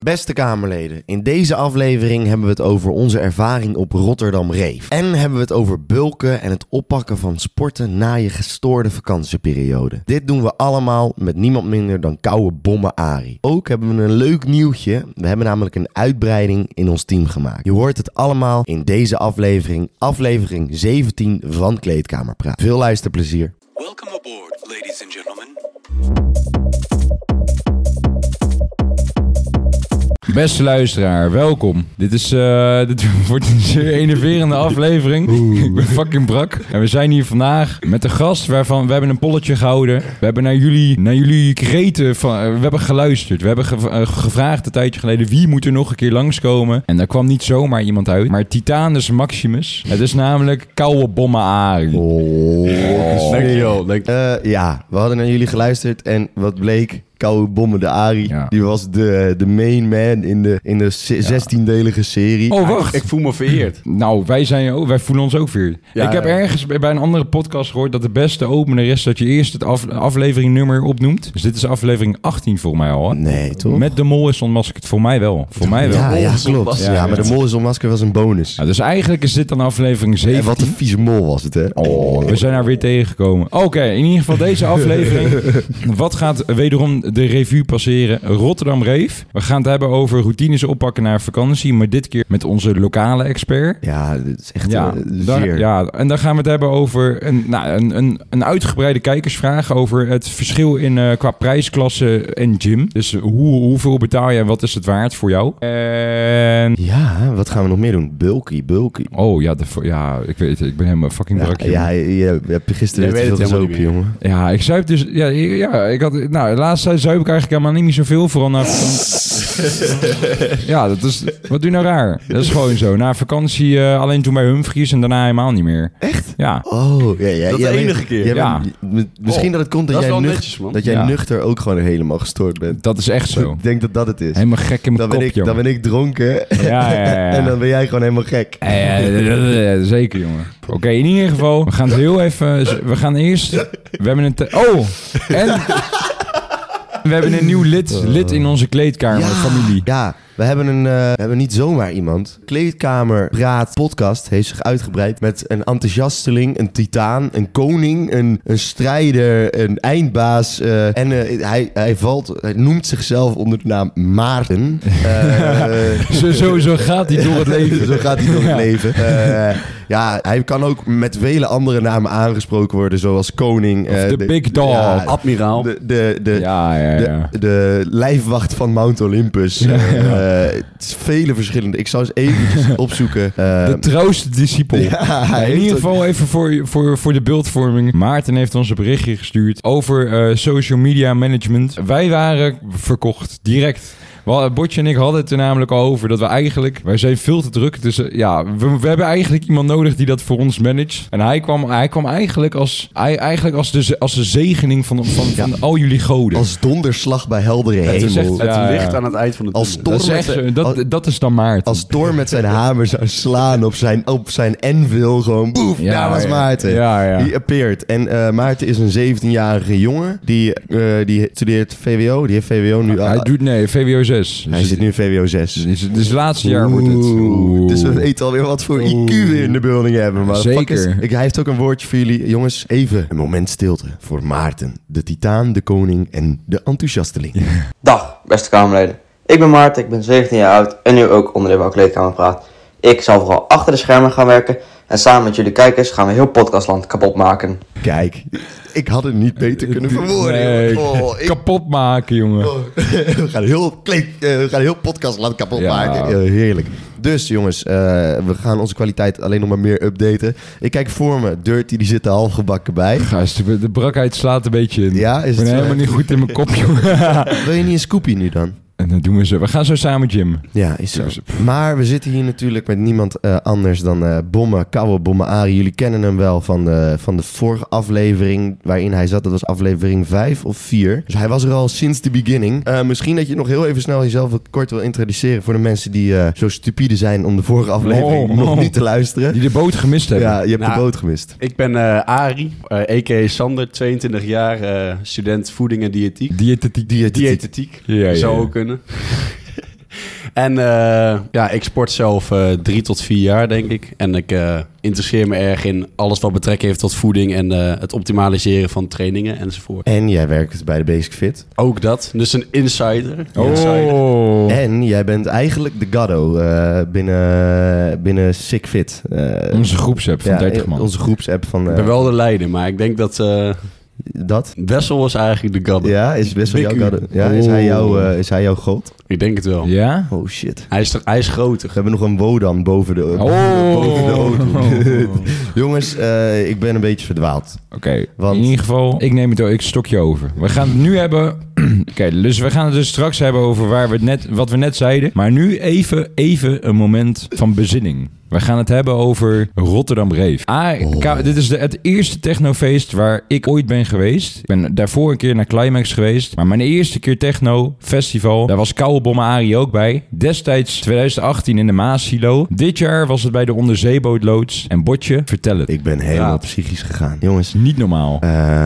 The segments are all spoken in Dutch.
Beste Kamerleden, in deze aflevering hebben we het over onze ervaring op Rotterdam Rave. En hebben we het over bulken en het oppakken van sporten na je gestoorde vakantieperiode. Dit doen we allemaal met niemand minder dan koude bommen Arie. Ook hebben we een leuk nieuwtje. We hebben namelijk een uitbreiding in ons team gemaakt. Je hoort het allemaal in deze aflevering, aflevering 17 van Kleedkamerpraat. Veel luisterplezier. Welcome aboard, ladies and gentlemen. Beste luisteraar, welkom. Dit wordt een zeer enerverende aflevering. Ik ben fucking brak. En we zijn hier vandaag met een gast waarvan we hebben een polletje gehouden. We hebben naar jullie kreten we hebben geluisterd. We hebben gevraagd een tijdje geleden wie moet er nog een keer langskomen. En daar kwam niet zomaar iemand uit, maar Titanus Maximus. Het is namelijk koude bommen Arie. Dankjewel. Ja, we hadden naar jullie geluisterd en wat bleek? Koude bommen de Arie. Ja. Die was de main man in de 16-delige serie. Oh, wacht. Ik voel me vereerd. Nou, wij voelen ons ook vereerd. Ja, ik heb ergens bij een andere podcast gehoord dat de beste opener is dat je eerst het aflevering nummer opnoemt. Dus dit is aflevering 18 voor mij al. Hè? Nee, toch? Met de Mol is ontmaskerd. Voor mij wel. Ja, klopt. Ja, maar de Mol is ontmaskerd was een bonus. Ja, dus eigenlijk is dit dan aflevering 17. En wat een vieze mol was het, hè? Oh, we zijn daar weer tegengekomen. Oké, in ieder geval deze aflevering. Wat gaat wederom de revue passeren? Rotterdam Rave. We gaan het hebben over routines oppakken naar vakantie, maar dit keer met onze lokale expert. Ja, dit is echt zeer. Ja, en dan gaan we het hebben over een uitgebreide kijkersvraag over het verschil in qua prijsklasse en gym. Dus hoeveel betaal je en wat is het waard voor jou? En... Ja, wat gaan we nog meer doen? Bulky. Oh ja, ik weet het. Ik ben helemaal fucking brak. Ja, je hebt gisteren te veel gezopen, jongen. Ja, ik zuip dus... Ja, ik had... Nou, de laatste tijd zuip ik eigenlijk helemaal niet zo veel. Vooral na ja, dat is... Wat doe je nou raar? Dat is gewoon zo. Na vakantie alleen toen bij Humphries en daarna helemaal niet meer. Echt? Ja. Oh, ja. Dat de enige keer. Ja. Misschien dat het komt dat jij nuchter ook gewoon helemaal gestoord bent. Dat is echt zo. Ik denk dat dat het is. Helemaal gek in mijn kop, jongen. Dan ben ik dronken. Ja. En dan ben jij gewoon helemaal gek. Ja, zeker, jongen. Oké, in ieder geval. We gaan het heel even... We gaan eerst... We hebben een... en... We hebben een nieuw lid in onze kleedkamerfamilie. Ja, we hebben niet zomaar iemand. Kleedkamerpraat podcast heeft zich uitgebreid met een enthousiasteling, een titaan, een koning, een strijder, een eindbaas. En hij noemt zichzelf onder de naam Maarten. Zo gaat hij door het leven. Ja, hij kan ook met vele andere namen aangesproken worden, zoals koning. De Big Dog. Ja, admiraal. De lijfwacht van Mount Olympus. Het is vele verschillende. Ik zou eens eventjes opzoeken. De trouwste discipel. Ja, in ieder geval even voor de beeldvorming. Maarten heeft ons een berichtje gestuurd over social media management. Wij waren verkocht, direct. Botje en ik hadden het er namelijk al over dat wij zijn veel te druk. Dus we hebben eigenlijk iemand nodig die dat voor ons managt. En hij kwam eigenlijk als de zegening van al jullie goden. Als donderslag bij heldere hemel. Het licht aan het eind van de tunnel. Dat is dan Maarten. Als Thor met zijn hamer zou slaan op zijn anvil, gewoon boef, daar was Maarten. Ja. Die appeart. En Maarten is een 17-jarige jongen die studeert VWO. Die heeft VWO nu al. Hij doet VWO 6. Hij zit nu in VWO 6. Dus het laatste jaar wordt het. Dus we weten alweer wat voor IQ we in de building hebben. Maar zeker. Hij heeft ook een woordje voor jullie. Jongens, even een moment stilte voor Maarten. De titaan, de koning en de enthousiasteling. Dag, beste Kamerleden. Ik ben Maarten, ik ben 17 jaar oud en nu ook onderdeel van Kleedkamerpraat. Ik zal vooral achter de schermen gaan werken. En samen met jullie kijkers gaan we heel podcastland kapot maken. Kijk, ik had het niet beter kunnen verwoorden. Kapot maken, jongen. We gaan heel podcastland kapot maken. Heerlijk. Dus jongens, we gaan onze kwaliteit alleen nog maar meer updaten. Ik kijk voor me, Dirty die zit er half gebakken bij. De brakheid slaat een beetje in. Ja, is ik ben helemaal niet goed in mijn kop, jongen. Wil je niet een scoopie nu dan? En dan doen we zo. We gaan zo samen gym. Ja, is zo. Maar we zitten hier natuurlijk met niemand anders dan koude bommen Arie. Jullie kennen hem wel van de vorige aflevering waarin hij zat. Dat was aflevering 5 of 4. Dus hij was er al sinds de beginning. Misschien dat je nog heel even snel jezelf wat kort wil introduceren voor de mensen die zo stupide zijn om de vorige aflevering nog niet te luisteren. Die de boot gemist hebben. Ja, je hebt de boot gemist. Ik ben Arie, a.k.a. Sander, 22 jaar, student voeding en diëtiek. Diëtetiek. Ja. Zou ook kunnen. En ik sport zelf 3 tot 4 jaar, denk ik. En ik interesseer me erg in alles wat betrekking heeft tot voeding en het optimaliseren van trainingen enzovoort. En jij werkt bij de Basic Fit. Ook dat. Dus een insider. Oh. En jij bent eigenlijk de Gaddo binnen Sick Fit. Onze groepsapp van 30 man. Onze groepsapp van... Ik ben wel de leider, maar ik denk dat dat? Wessel is eigenlijk de Gaddo. Ja, is Wessel jouw Big U. Gaddo? Ja, is hij jouw god? Ik denk het wel. Ja? Oh shit. Hij is groter. We hebben nog een Wodan boven de auto. Jongens, ik ben een beetje verdwaald. Oké, Want- in ieder geval, ik neem het ik stokje over. We gaan het nu hebben... Oké, dus we gaan het dus straks hebben over wat we net zeiden. Maar nu even een moment van bezinning. We gaan het hebben over Rotterdam Rave. Dit is het eerste technofeest waar ik ooit ben geweest. Ik ben daarvoor een keer naar Climax geweest. Maar mijn eerste keer techno festival, daar was Kouwebommen Arie ook bij. Destijds 2018 in de Maasilo. Dit jaar was het bij de Onderzeebootloods. En Botje, vertel het. Ik ben helemaal psychisch gegaan. Jongens, Niet normaal.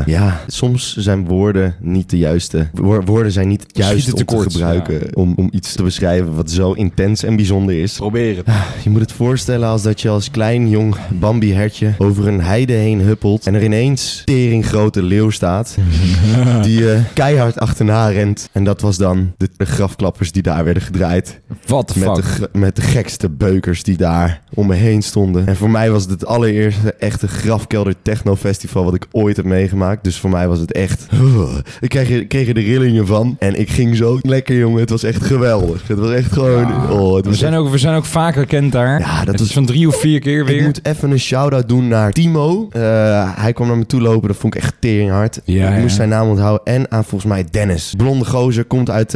soms zijn woorden niet de juiste... Woorden zijn niet juist Schieten om te tekort, gebruiken om iets te beschrijven wat zo intens en bijzonder is. Probeer het. Je moet het voorstellen als dat je als klein jong Bambi-hertje over een heide heen huppelt en er ineens teringgrote leeuw staat die je keihard achterna rent. En dat was dan de grafklappers die daar werden gedraaid. What the fuck? Met de gekste beukers die daar om me heen stonden. En voor mij was het allereerste echte grafkelder technofestival wat ik ooit heb meegemaakt. Dus voor mij was het echt... Ik kreeg er de rillingen van. En ik ging zo lekker, jongen. Het was echt geweldig. Het was echt gewoon... We zijn ook vaker gekend daar. Ja, dat het was... is van 3 of 4 keer weer. Ik moet even een shout-out doen naar Timo. Hij kwam naar me toe lopen. Dat vond ik echt teringhard. Ik moest zijn naam onthouden. En aan volgens mij Dennis. Blonde gozer, komt uit...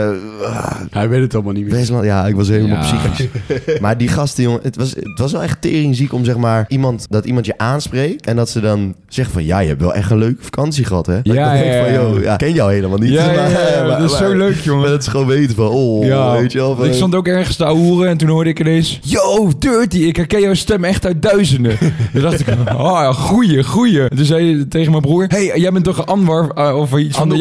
Hij weet het allemaal niet meer. Westland. Ja, ik was helemaal psychisch. Maar die gasten, jongen, het was wel echt teringziek om zeg maar iemand je aanspreekt en dat ze dan zeggen van ja, je hebt wel echt een leuke vakantie gehad, hè? Ja, ik denk van, yo, ik ken jou helemaal niet. Maar dat is zo leuk, jongen. Maar dat is gewoon weten van, weet je wel. Van, ik stond ook ergens te ouwehoeren en toen hoorde ik ineens... Yo, Dirty, ik herken jouw stem echt uit duizenden. Toen dacht ik, goeie. En toen zei je tegen mijn broer... Hey, jij bent toch Anwar? Of iets van...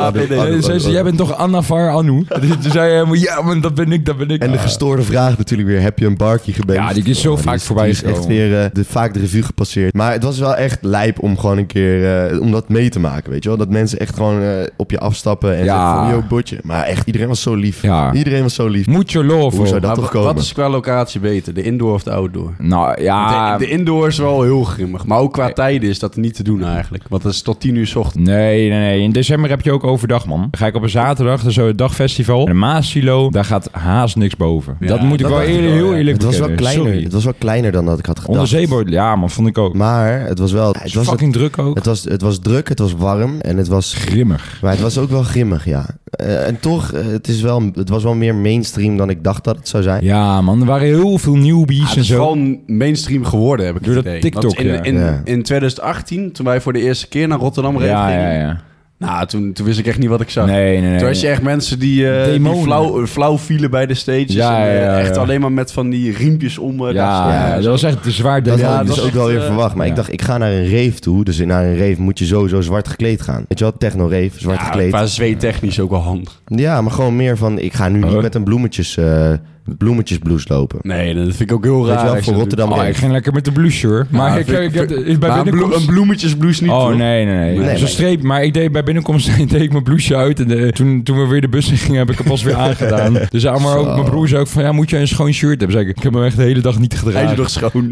Jij bent toch Annavar Anu? Toen zei hij, ja, man, dat ben ik. En de gestoorde vraag natuurlijk weer, heb je een barkie gebengeld? Ja, die is zo vaak voorbij gekomen. Die is echt weer vaak de revue gepasseerd. Maar het was wel echt lijp om gewoon een keer... om dat mee te maken, weet je wel? Dat mensen echt gewoon op je afstappen en zeggen van, yo, botje. Maar echt, iedereen was zo lief. Ja. Iedereen was zo lief. Moet je love. Hoe zou dat toch komen? Wat is qua locatie beter? De indoor of de outdoor? Nou, ja... De indoor is wel heel grimmig. Maar ook qua tijden is dat niet te doen eigenlijk. Want dat is tot 10 uur 's ochtends. Nee. In december heb je ook overdag, man. Dan ga ik op een zaterdag, dat is zo het dagfestival. En de Maasilo, daar gaat haast niks boven. Ja, dat moet ik wel heel eerlijk Het was wel bekennen. kleiner. Sorry. Het was wel kleiner dan dat ik had gedacht. Onderzeeboot, ja, man, vond ik ook. Maar het was wel... Het was fucking druk ook. Het was druk, het was warm en het was... Grimmig. Maar het was ook wel grimmig, ja. En toch, het was wel meer mainstream dan ik dacht dat het zou zijn. Ja, man, er waren heel veel newbies Het en is zo. gewoon mainstream geworden, heb ik Door het dat idee. TikTok, Want in 2018, toen wij voor de eerste keer naar Rotterdam gingen... Ja. Nou, toen wist ik echt niet wat ik zag. Nee. Toen was je echt mensen die flauw vielen bij de stages. Echt alleen maar met van die riempjes om. Dat was echt te zwaar. Dat had ik dat dus is ook wel echt, weer verwacht. Maar ik dacht, ik ga naar een rave toe. Dus naar een rave moet je sowieso zwart gekleed gaan. Weet je wel, techno-rave, zwart gekleed. Qua zweettechnisch ook wel handig. Ja, maar gewoon meer van, ik ga nu niet met een bloemetjesblouse lopen. Nee, dat vind ik ook heel Weet raar. je wel, voor Rotterdam Rave. Ik ging lekker met de blouche, hoor. Maar een bloemetjesblouse niet. Oh, toch? nee. Zo'n streep. Maar ik deed bij binnenkomst deed ik mijn blouseje uit. En toen we weer de bus in gingen, heb ik het pas weer aangedaan. Dus maar ook mijn broer zei ook van, ja, moet je een schoon shirt hebben? Zei ik heb hem echt de hele dag niet gedragen. Hij is nog schoon.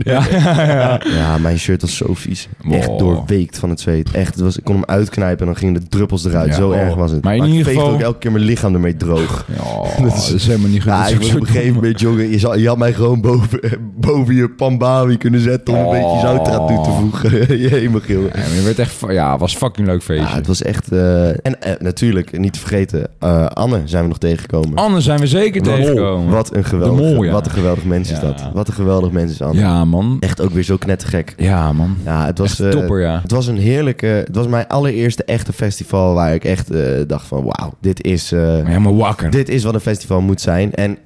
Ja, mijn shirt was zo vies. Echt doorweekt van het zweet. Echt, ik kon hem uitknijpen en dan gingen de druppels eruit. Zo erg was het. Maar in ik ieder veegde geval ook elke keer mijn lichaam ermee droog. Dat is helemaal niet goed. Ja, ik was op een gegeven moment, jongen, je had mij gewoon boven je pambawi kunnen zetten om een beetje zout eraan toe te voegen. Jemig, jongen. Ja, het werd echt, was fucking leuk feestje. Ja, het was echt... En natuurlijk, niet te vergeten, Anne zijn we nog tegengekomen. Anne zijn we zeker tegengekomen. Wat een geweldig mens is dat. Wat een geweldig mens is Anne. Ja, man. Echt ook weer zo knettergek. Ja, man. Ja, het was topper, ja. Het was een heerlijke... Het was mijn allereerste echte festival waar ik echt dacht van... Wauw, dit is... Helemaal wakker. Dit is wat een festival moet zijn. En jij bent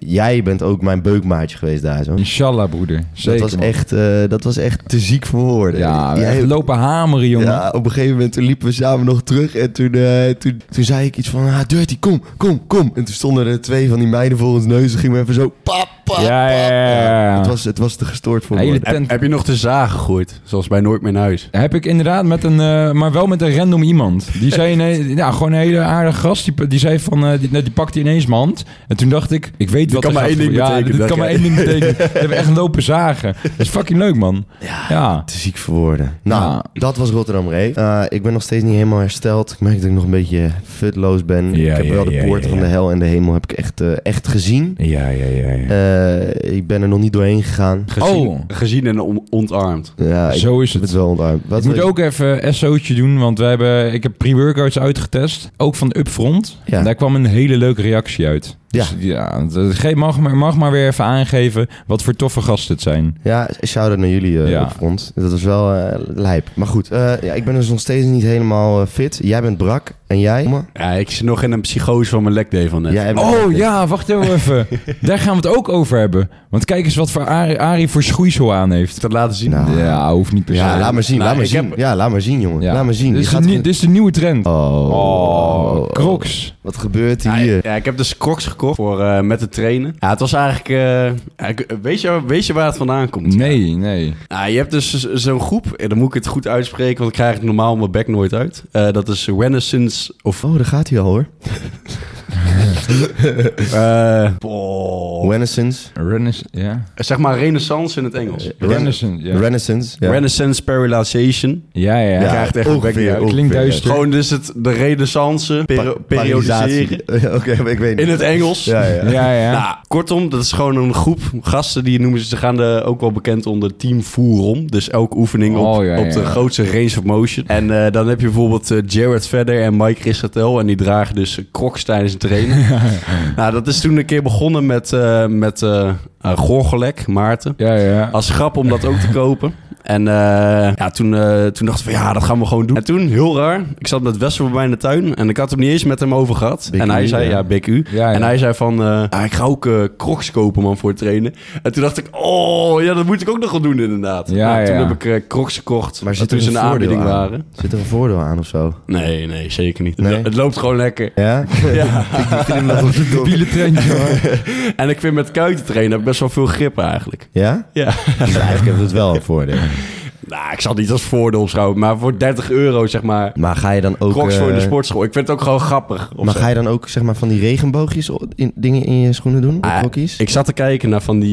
bent ook mijn beukmaatje geweest daar zo. Inshallah, broeder. Zeker, Dat was echt te ziek voor woorden. Ja, Jij echt lopen hameren, jongen. Ja, op een gegeven moment toen liepen we samen nog terug. En toen zei ik iets van... Dirty, kom. En toen stonden er 2 van die meiden voor ons neus. En gingen we even zo... Pap. Ja. Het was te gestoord voor Hele woorden. tent. Heb je nog de zaag gegooid? Zoals bij Nooit meer naar huis. Heb ik inderdaad maar wel met een random iemand. Die zei, gewoon een hele aardige gast. Die zei van, die pakte ineens mijn hand. En toen dacht ik weet wat kan maar één ding betekenen. dit kan maar één ding betekenen. We hebben echt lopen zagen. Dat is fucking leuk, man. Ja. Te ziek voor woorden. Nou, Ja. dat was Rotterdam Rave. Ik ben nog steeds niet helemaal hersteld. Ik merk dat ik nog een beetje futloos ben. Ja, ik heb wel de poorten van de hel en de hemel heb ik echt gezien. Ja. Ik ben er nog niet doorheen gegaan. Gezien en ontarmd. Ja, Zo is heb het. het wel ontarmd. Ik moet ook even een SO'tje doen, want ik heb pre-workouts uitgetest. Ook van Upfront. Ja. En daar kwam een hele leuke reactie uit. Ja. Dus mag maar weer even aangeven wat voor toffe gasten het zijn. Ja, shout-out naar jullie op front. Dat was wel lijp. Maar goed, ik ben dus nog steeds niet helemaal fit. Jij bent brak. En jij? Ja, ik zit nog in een psychose van mijn lekday van net. Wacht even. Daar gaan we het ook over hebben. Want kijk eens wat voor Arie voor schoeisel aan heeft. Dat laten zien. Nou, Ja, hoeft niet per se. Ja, laat maar zien. Nou, laat maar ik zien. heb- Ja, laat maar zien, jongen. Ja. Laat maar zien. Dit is de nieuwe trend. Oh. Crocs. Wat gebeurt Ja, hier? ja, ik heb dus Crocs gekocht voor met het trainen. Ja, het was eigenlijk... weet je waar het vandaan komt? Nee. Ja, je hebt dus zo'n groep, en dan moet ik het goed uitspreken, want ik krijg het normaal mijn bek nooit uit. Dat is Renaissance of... Oh, daar gaat hij al, hoor. Renaissance. Ja. Zeg maar Renaissance in het Engels. Renaissance. Ja. Renaissance. Ja. Renaissance Periodization. Ja. Je krijgt echt een bek niet uit. Klinkt duister. Gewoon dus de renaissance, periodiseren Oké, ik weet niet. in het Engels. Ja. Ja. Nou, kortom, dat is gewoon een groep gasten die noemen ze gaan ook wel bekend onder Team Furon. Dus elke oefening op de grootste range of motion. En dan heb je bijvoorbeeld Jared Vedder en Mike Ristatel. En die dragen dus Crocs tijdens het trainen. Nou, dat is toen een keer begonnen met Gorgolek, Maarten. Ja. Als grap om dat ook te kopen. En toen dachten we, dat gaan we gewoon doen. En toen, heel raar, ik zat met Wessel bij mij in de tuin. En ik had hem niet eens met hem over gehad. Big en hij U, zei, ja. Big U. Ja. En hij zei van, ik ga ook Crocs kopen, man, voor het trainen. En toen dacht ik, dat moet ik ook nog wel doen, inderdaad. Ja. Toen heb ik Crocs gekocht. Maar zit toen er ze een in de voordeel aanbieding aan? waren. Zit er een voordeel aan of zo? Nee, zeker niet. Nee? Het loopt gewoon lekker. Ja? Ja. Biele trendje, hoor. En ik vind met kuiten trainen heb ik best wel veel grip eigenlijk. Ja? Ja. Dus eigenlijk heeft het wel een voordeel. Nou, ik zal het niet als voordeel beschouwen, maar voor €30 zeg maar. Maar ga je dan ook... Crocs voor in de sportschool. Ik vind het ook gewoon grappig. Maar ga je dan ook zeg maar van die regenboogjes dingen in je schoenen doen? Ah, Crockies? ik zat te kijken naar van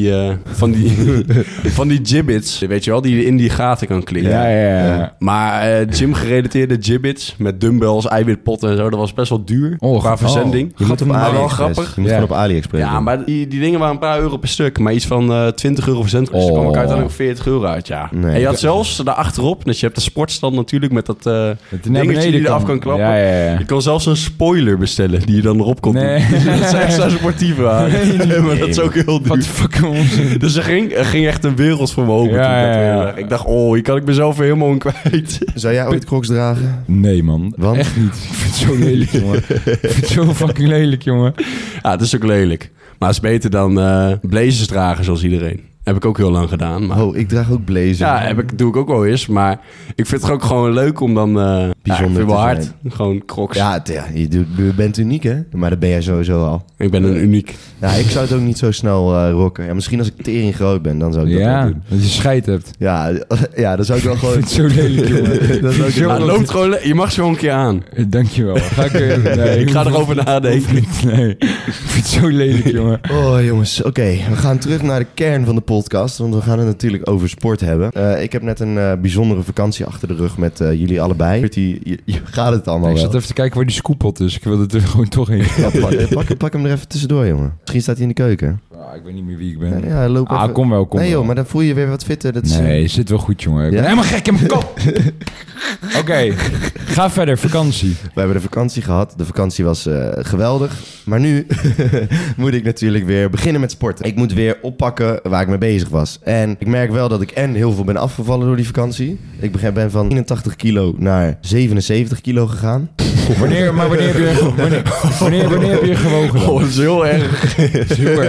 die gibbets. Weet je wel, die je in die gaten kan klikken. Ja. Maar gym-gerelateerde gibbets met dumbbells, eiwitpotten en zo, dat was best wel duur qua verzending. Je moet op Maar wel AliExpress. grappig. Je moet gewoon op AliExpress Ja, doen. maar die dingen waren een paar euro per stuk. Maar iets van €20 verzendkosten. Dus kwam ik uiteindelijk op €40 uit, ja. Nee. En je had zelfs daarachterop, dus je hebt de sportstand natuurlijk met dat naar dingetje beneden die je eraf kan klappen. Ja. Je kon zelfs een spoiler bestellen die je dan erop kon Nee. doen. Dat is extra sportief waren. Maar dat is ook heel Wat duur. fucking onzin. Dus er ging echt een wereld voor me open. Ja, toen ik dat ja, ja. weer zag. Ik dacht, hier kan ik mezelf weer helemaal in kwijt. Zou jij ooit Crocs dragen? Nee, man. Want? Echt niet. Ik vind het zo lelijk, jongen. Ik vind het zo fucking lelijk, jongen. Ja, het is ook lelijk. Maar het is beter dan blazers dragen zoals iedereen. Heb ik ook heel lang gedaan. Maar... Oh, ik draag ook blazer. Ja, doe ik ook wel eens. Maar ik vind het ook gewoon leuk om dan... Bijzonder ik vind het wel te hard. zijn. Gewoon Crocs. Ja, je bent uniek, hè? Maar dat ben jij sowieso al. Ik ben een uniek. Ja, ik zou het ook niet zo snel rocken. Ja, misschien als ik tering groot ben, dan zou ik dat wel Ja, doen. dat je scheid hebt. Ja, dan zou ik wel Ik gewoon... vind het zo lelijk, jongen. Dan zou ik Zo- Maar het loopt gewoon... je mag zo een keer aan. Dankjewel. Ga ik even... Nee, Ik ga erover nadenken. Nee, ik vind het zo lelijk, jongen. Oh jongens, oké. We gaan terug naar de kern van de podcast, want we gaan het natuurlijk over sport hebben. Ik heb net een bijzondere vakantie achter de rug met jullie allebei. Gaat het allemaal Ik wel? zat even te kijken waar die scoopot is. Ik wilde er gewoon toch heen. Ja, pak hem er even tussendoor, jongen. Misschien staat hij in de keuken. Ik weet niet meer wie ik ben. Ja, loop even. Kom wel. Nee wel. joh, maar dan voel je je weer wat fitter. Dat is... Nee, zit wel goed, jongen. Ik ben Ja? helemaal gek in mijn kop. Oké, ga verder. Vakantie. We hebben de vakantie gehad. De vakantie was geweldig. Maar nu moet ik natuurlijk weer beginnen met sporten. Ik moet weer oppakken waar ik mee bezig was. En ik merk wel dat ik heel veel ben afgevallen door die vakantie. Ik ben van 81 kilo naar 77 kilo gegaan. Wanneer heb je gewogen dan? Oh, dat is heel erg. Dat is heel erg, ja. Dat is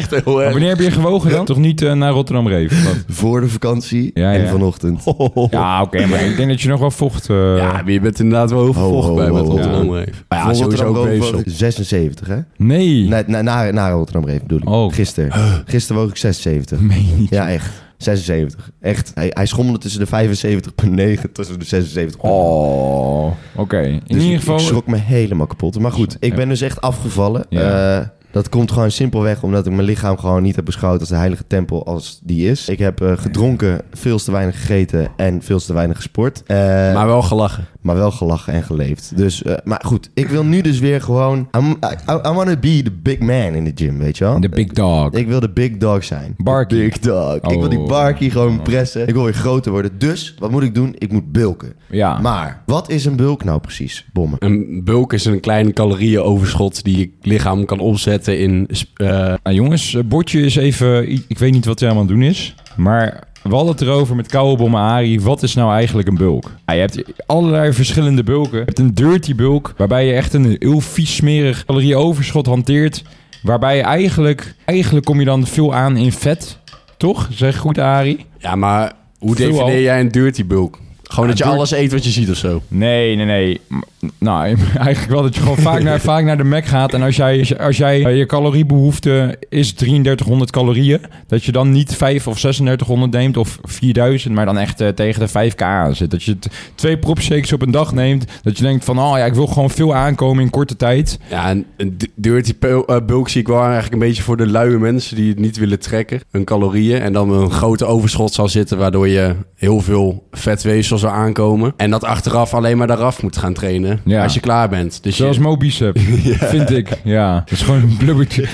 echt heel Maar erg. wanneer heb je gewogen dan? Toch niet naar Rotterdam Reef? Wat? Voor de vakantie Ja, en ja. vanochtend. Ja, oké, maar ik denk dat je nog wel vocht... Ja, maar je bent inderdaad wel heel veel vocht bij met Rotterdam Ja. Reef. Maar ja, Voor sowieso ook Rotterdam weefsel. woog ik 76, hè? Nee. Na Rotterdam Reef bedoel ik. Oh. Gisteren woog ik 76. Meen je niet. Ja, echt. 76. Echt. Hij schommelde tussen de 75,9 tussen de 76. Oh, oké. In Dus ieder geval... ik schrok me helemaal kapot. Maar goed, ik ben dus echt afgevallen. Ja. Dat komt gewoon simpelweg omdat ik mijn lichaam gewoon niet heb beschouwd als de heilige tempel als die is. Ik heb gedronken, veel te weinig gegeten en veel te weinig gesport. Maar wel gelachen. Maar wel gelachen en geleefd. Dus, maar goed, ik wil nu dus weer gewoon... I want to be the big man in the gym, weet je wel? De big dog. Ik wil de big dog zijn. Barkie. Big dog. Ik wil die Oh. barkie gewoon pressen. Ik wil weer groter worden. Dus, wat moet ik doen? Ik moet bulken. Ja. Maar, wat is een bulk nou precies, Bommen? Een bulk is een klein calorieënoverschot die je lichaam kan omzetten in... Nou, jongens, bordje is even... Ik weet niet wat hij aan het doen is, maar... We hadden het erover met Kouwebom en Arie. Wat is nou eigenlijk een bulk? Je hebt allerlei verschillende bulken. Je hebt een dirty bulk, waarbij je echt een heel vies, smerig calorieoverschot hanteert. Waarbij je eigenlijk kom je dan veel aan in vet. Toch? Zeg goed, Arie? Ja, maar hoe Veel definieer al. jij een dirty bulk? Gewoon dat je alles eet wat je ziet of zo? Nee. Nou, eigenlijk wel dat je gewoon vaak naar de Mac gaat. En als jij je caloriebehoefte is 3300 calorieën. Dat je dan niet 5 of 3600 neemt of 4000. Maar dan echt tegen de 5k aan zit. Dat je 2 propshakes op een dag neemt. Dat je denkt van, oh ja, ik wil gewoon veel aankomen in korte tijd. Ja, een dirty bulk zie ik wel eigenlijk een beetje voor de luie mensen die het niet willen trekken. Hun calorieën. En dan een grote overschot zal zitten waardoor je heel veel vetweefsel zou aankomen. En dat achteraf alleen maar daaraf moet gaan trainen Ja. als je klaar bent. Dus Zoals Mo Bicep, vind ik. Ja, dat is gewoon een blubbertje.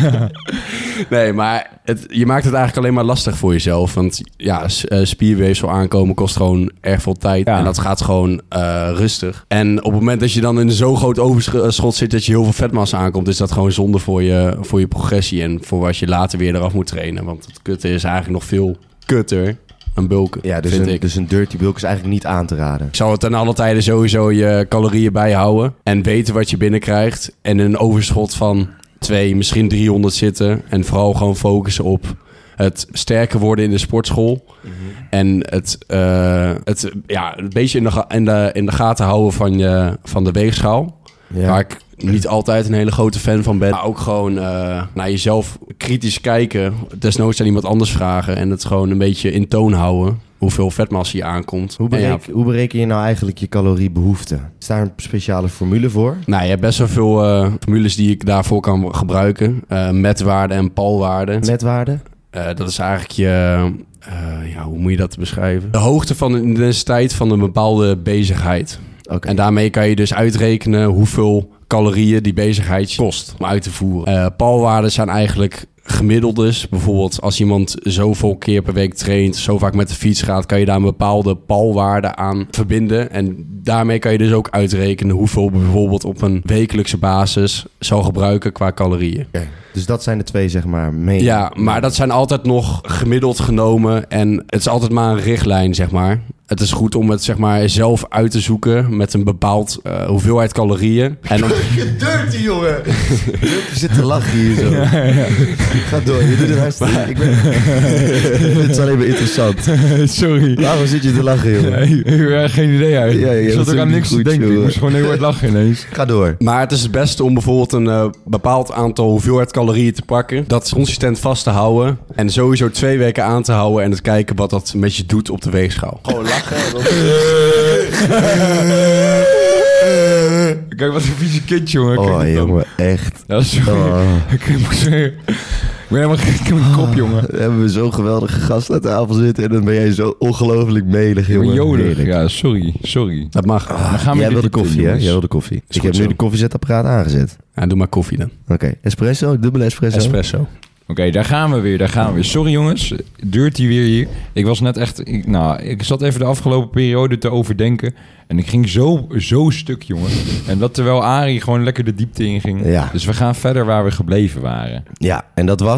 Nee, maar je maakt het eigenlijk alleen maar lastig voor jezelf. Want ja, spierweefsel aankomen kost gewoon erg veel tijd. Ja. En dat gaat gewoon rustig. En op het moment dat je dan in zo'n groot overschot zit dat je heel veel vetmassa aankomt, is dat gewoon zonde voor je progressie en voor wat je later weer eraf moet trainen. Want het kutte is eigenlijk nog veel kutter dan bulken, Ja, vind ik. dus een dirty bulk is eigenlijk niet aan te raden. Ik zou het ten alle tijden sowieso je calorieën bijhouden en weten wat je binnenkrijgt. En een overschot van 2, misschien 300 zitten. En vooral gewoon focussen op het sterker worden in de sportschool. En het een beetje in de gaten houden van de weegschaal. Ja. Waar ik niet altijd een hele grote fan van ben. Maar ook gewoon naar jezelf kritisch kijken. Desnoods aan iemand anders vragen. En het gewoon een beetje in toon houden. Hoeveel vetmassa je aankomt. Hoe bereken je nou eigenlijk je caloriebehoefte? Is daar een speciale formule voor? Nou, je hebt best wel veel formules die ik daarvoor kan gebruiken. Metwaarde en palwaarde. Metwaarde? Dat is eigenlijk hoe moet je dat beschrijven? De hoogte van de intensiteit van een bepaalde bezigheid. Oké. En daarmee kan je dus uitrekenen hoeveel calorieën die bezigheid kost om uit te voeren. Palwaarden zijn eigenlijk gemiddeldes. Bijvoorbeeld als iemand zoveel keer per week traint, zo vaak met de fiets gaat, kan je daar een bepaalde palwaarde aan verbinden. En daarmee kan je dus ook uitrekenen hoeveel bijvoorbeeld op een wekelijkse basis zal gebruiken qua calorieën. Oké. Dus dat zijn de twee, zeg maar, mee. Ja, maar dat zijn altijd nog gemiddeld genomen en het is altijd maar een richtlijn, zeg maar. Het is goed om het, zeg maar, zelf uit te zoeken met een bepaald hoeveelheid calorieën. En dan... Dirty, jongen! Je zit te lachen hier zo. Ga door, je doet het hartstikke... Dit is alleen maar interessant. Sorry. Waarom zit je te lachen, jongen? Nee, geen idee uit. Ja, Ik zat dat ook is aan niet niks te goed, denken. Ik jongen. moest gewoon heel hard lachen ineens. Ga door. Maar het is het beste om bijvoorbeeld een bepaald aantal hoeveelheid calorieën te pakken. Dat consistent vast te houden. En sowieso 2 weken aan te houden. En het kijken wat dat met je doet op de weegschaal. Gewoon lachen. Kijk, wat een vieze kind, jongen. Kijk Oh, dit dan. jongen, echt. Ja, sorry. Oh. Ik ben helemaal gek in mijn kop, jongen. Dan hebben we zo'n geweldige gast aan tafel zitten en dan ben jij zo ongelooflijk melig, Ik ben jongen. jolig. Heerlijk. Ja, sorry. Dat mag. Dan gaan we Jij dit wilde doen, koffie, hè? jongens. Jij wilde koffie. Ik goed heb nu zo. de koffiezetapparaat aangezet. Ja, doe maar koffie dan. Oké, espresso, dubbele espresso. Espresso. Oké, daar gaan we weer. Sorry jongens, Dirty weer hier. Ik was net echt... Ik zat even de afgelopen periode te overdenken. En ik ging zo stuk, jongen. En dat terwijl Arie gewoon lekker de diepte in ging. Ja. Dus we gaan verder waar we gebleven waren. Ja, en dat was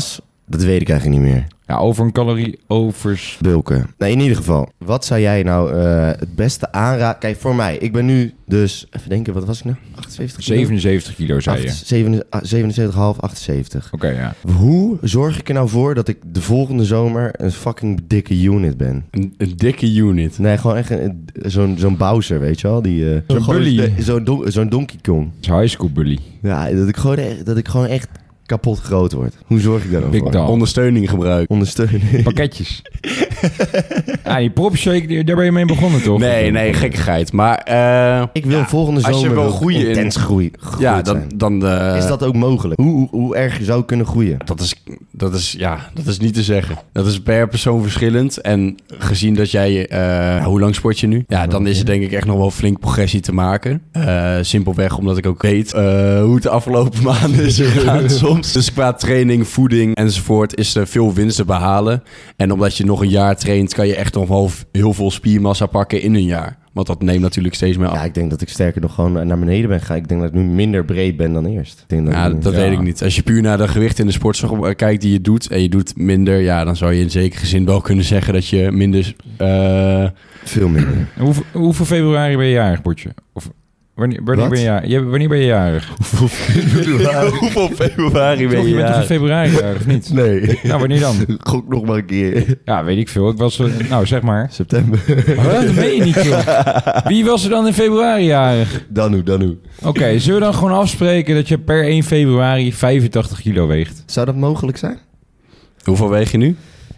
Dat weet ik eigenlijk niet meer. Ja, over een calorieovers... Bulken. Nou, in ieder geval. Wat zou jij nou het beste aanraden? Kijk, voor mij. Ik ben nu dus... Even denken, wat was ik nou? 78 kilo? 77 kilo, zei je. 77,5, 78. Oké, ja. Hoe zorg ik er nou voor dat ik de volgende zomer een fucking dikke unit ben? Een dikke unit? Nee, gewoon echt zo'n Bowser, weet je wel? Zo'n bully. Zo'n Donkey Kong. Dat is high school bully. Ja, dat ik gewoon echt kapot groot word. Hoe zorg ik daar dan Big voor? dog. Ondersteuning gebruiken. Ondersteuning. Pakketjes. Die propshake, daar ben je mee begonnen, toch? Nee, gekkigheid. Maar Ik wil volgende zomer als je wil groeien intens groeien. ja, zijn. dan Is dat ook mogelijk? Hoe erg je zou kunnen groeien? dat is niet te zeggen. Dat is per persoon verschillend. En gezien dat jij... hoe lang sport je nu? Ja, dan is er denk ik echt nog wel flink progressie te maken. Simpelweg omdat ik ook weet hoe het de afgelopen maanden is gegaan soms. Dus qua training, voeding enzovoort is er veel winst te behalen. En omdat je nog een jaar traint, kan je echt nog wel heel veel spiermassa pakken in een jaar. Want dat neemt natuurlijk steeds meer af. Ja, ik denk dat ik sterker nog gewoon naar beneden ben gegaan. Ik denk dat ik nu minder breed ben dan eerst. Dat weet ik niet. Als je puur naar de gewichten in de sportschool kijkt die je doet... en je doet minder, ja, dan zou je in zekere zin wel kunnen zeggen dat je minder... Veel minder. Hoeveel februari ben je jarig, Botje? Of wanneer ben je jarig? Wanneer ben je jarig? Hoeveel februari ben Je je bent toch in jarig? februari jarig, of niet? Nee. Nou, wanneer dan? Gok nog maar een keer. Ja, weet ik veel. Ik was... nou, zeg maar. September. Dat weet je niet, joh. Wie was er dan in februari jarig? Dan Oké, zullen we dan gewoon afspreken dat je per 1 februari 85 kilo weegt? Zou dat mogelijk zijn? Hoeveel weeg je nu?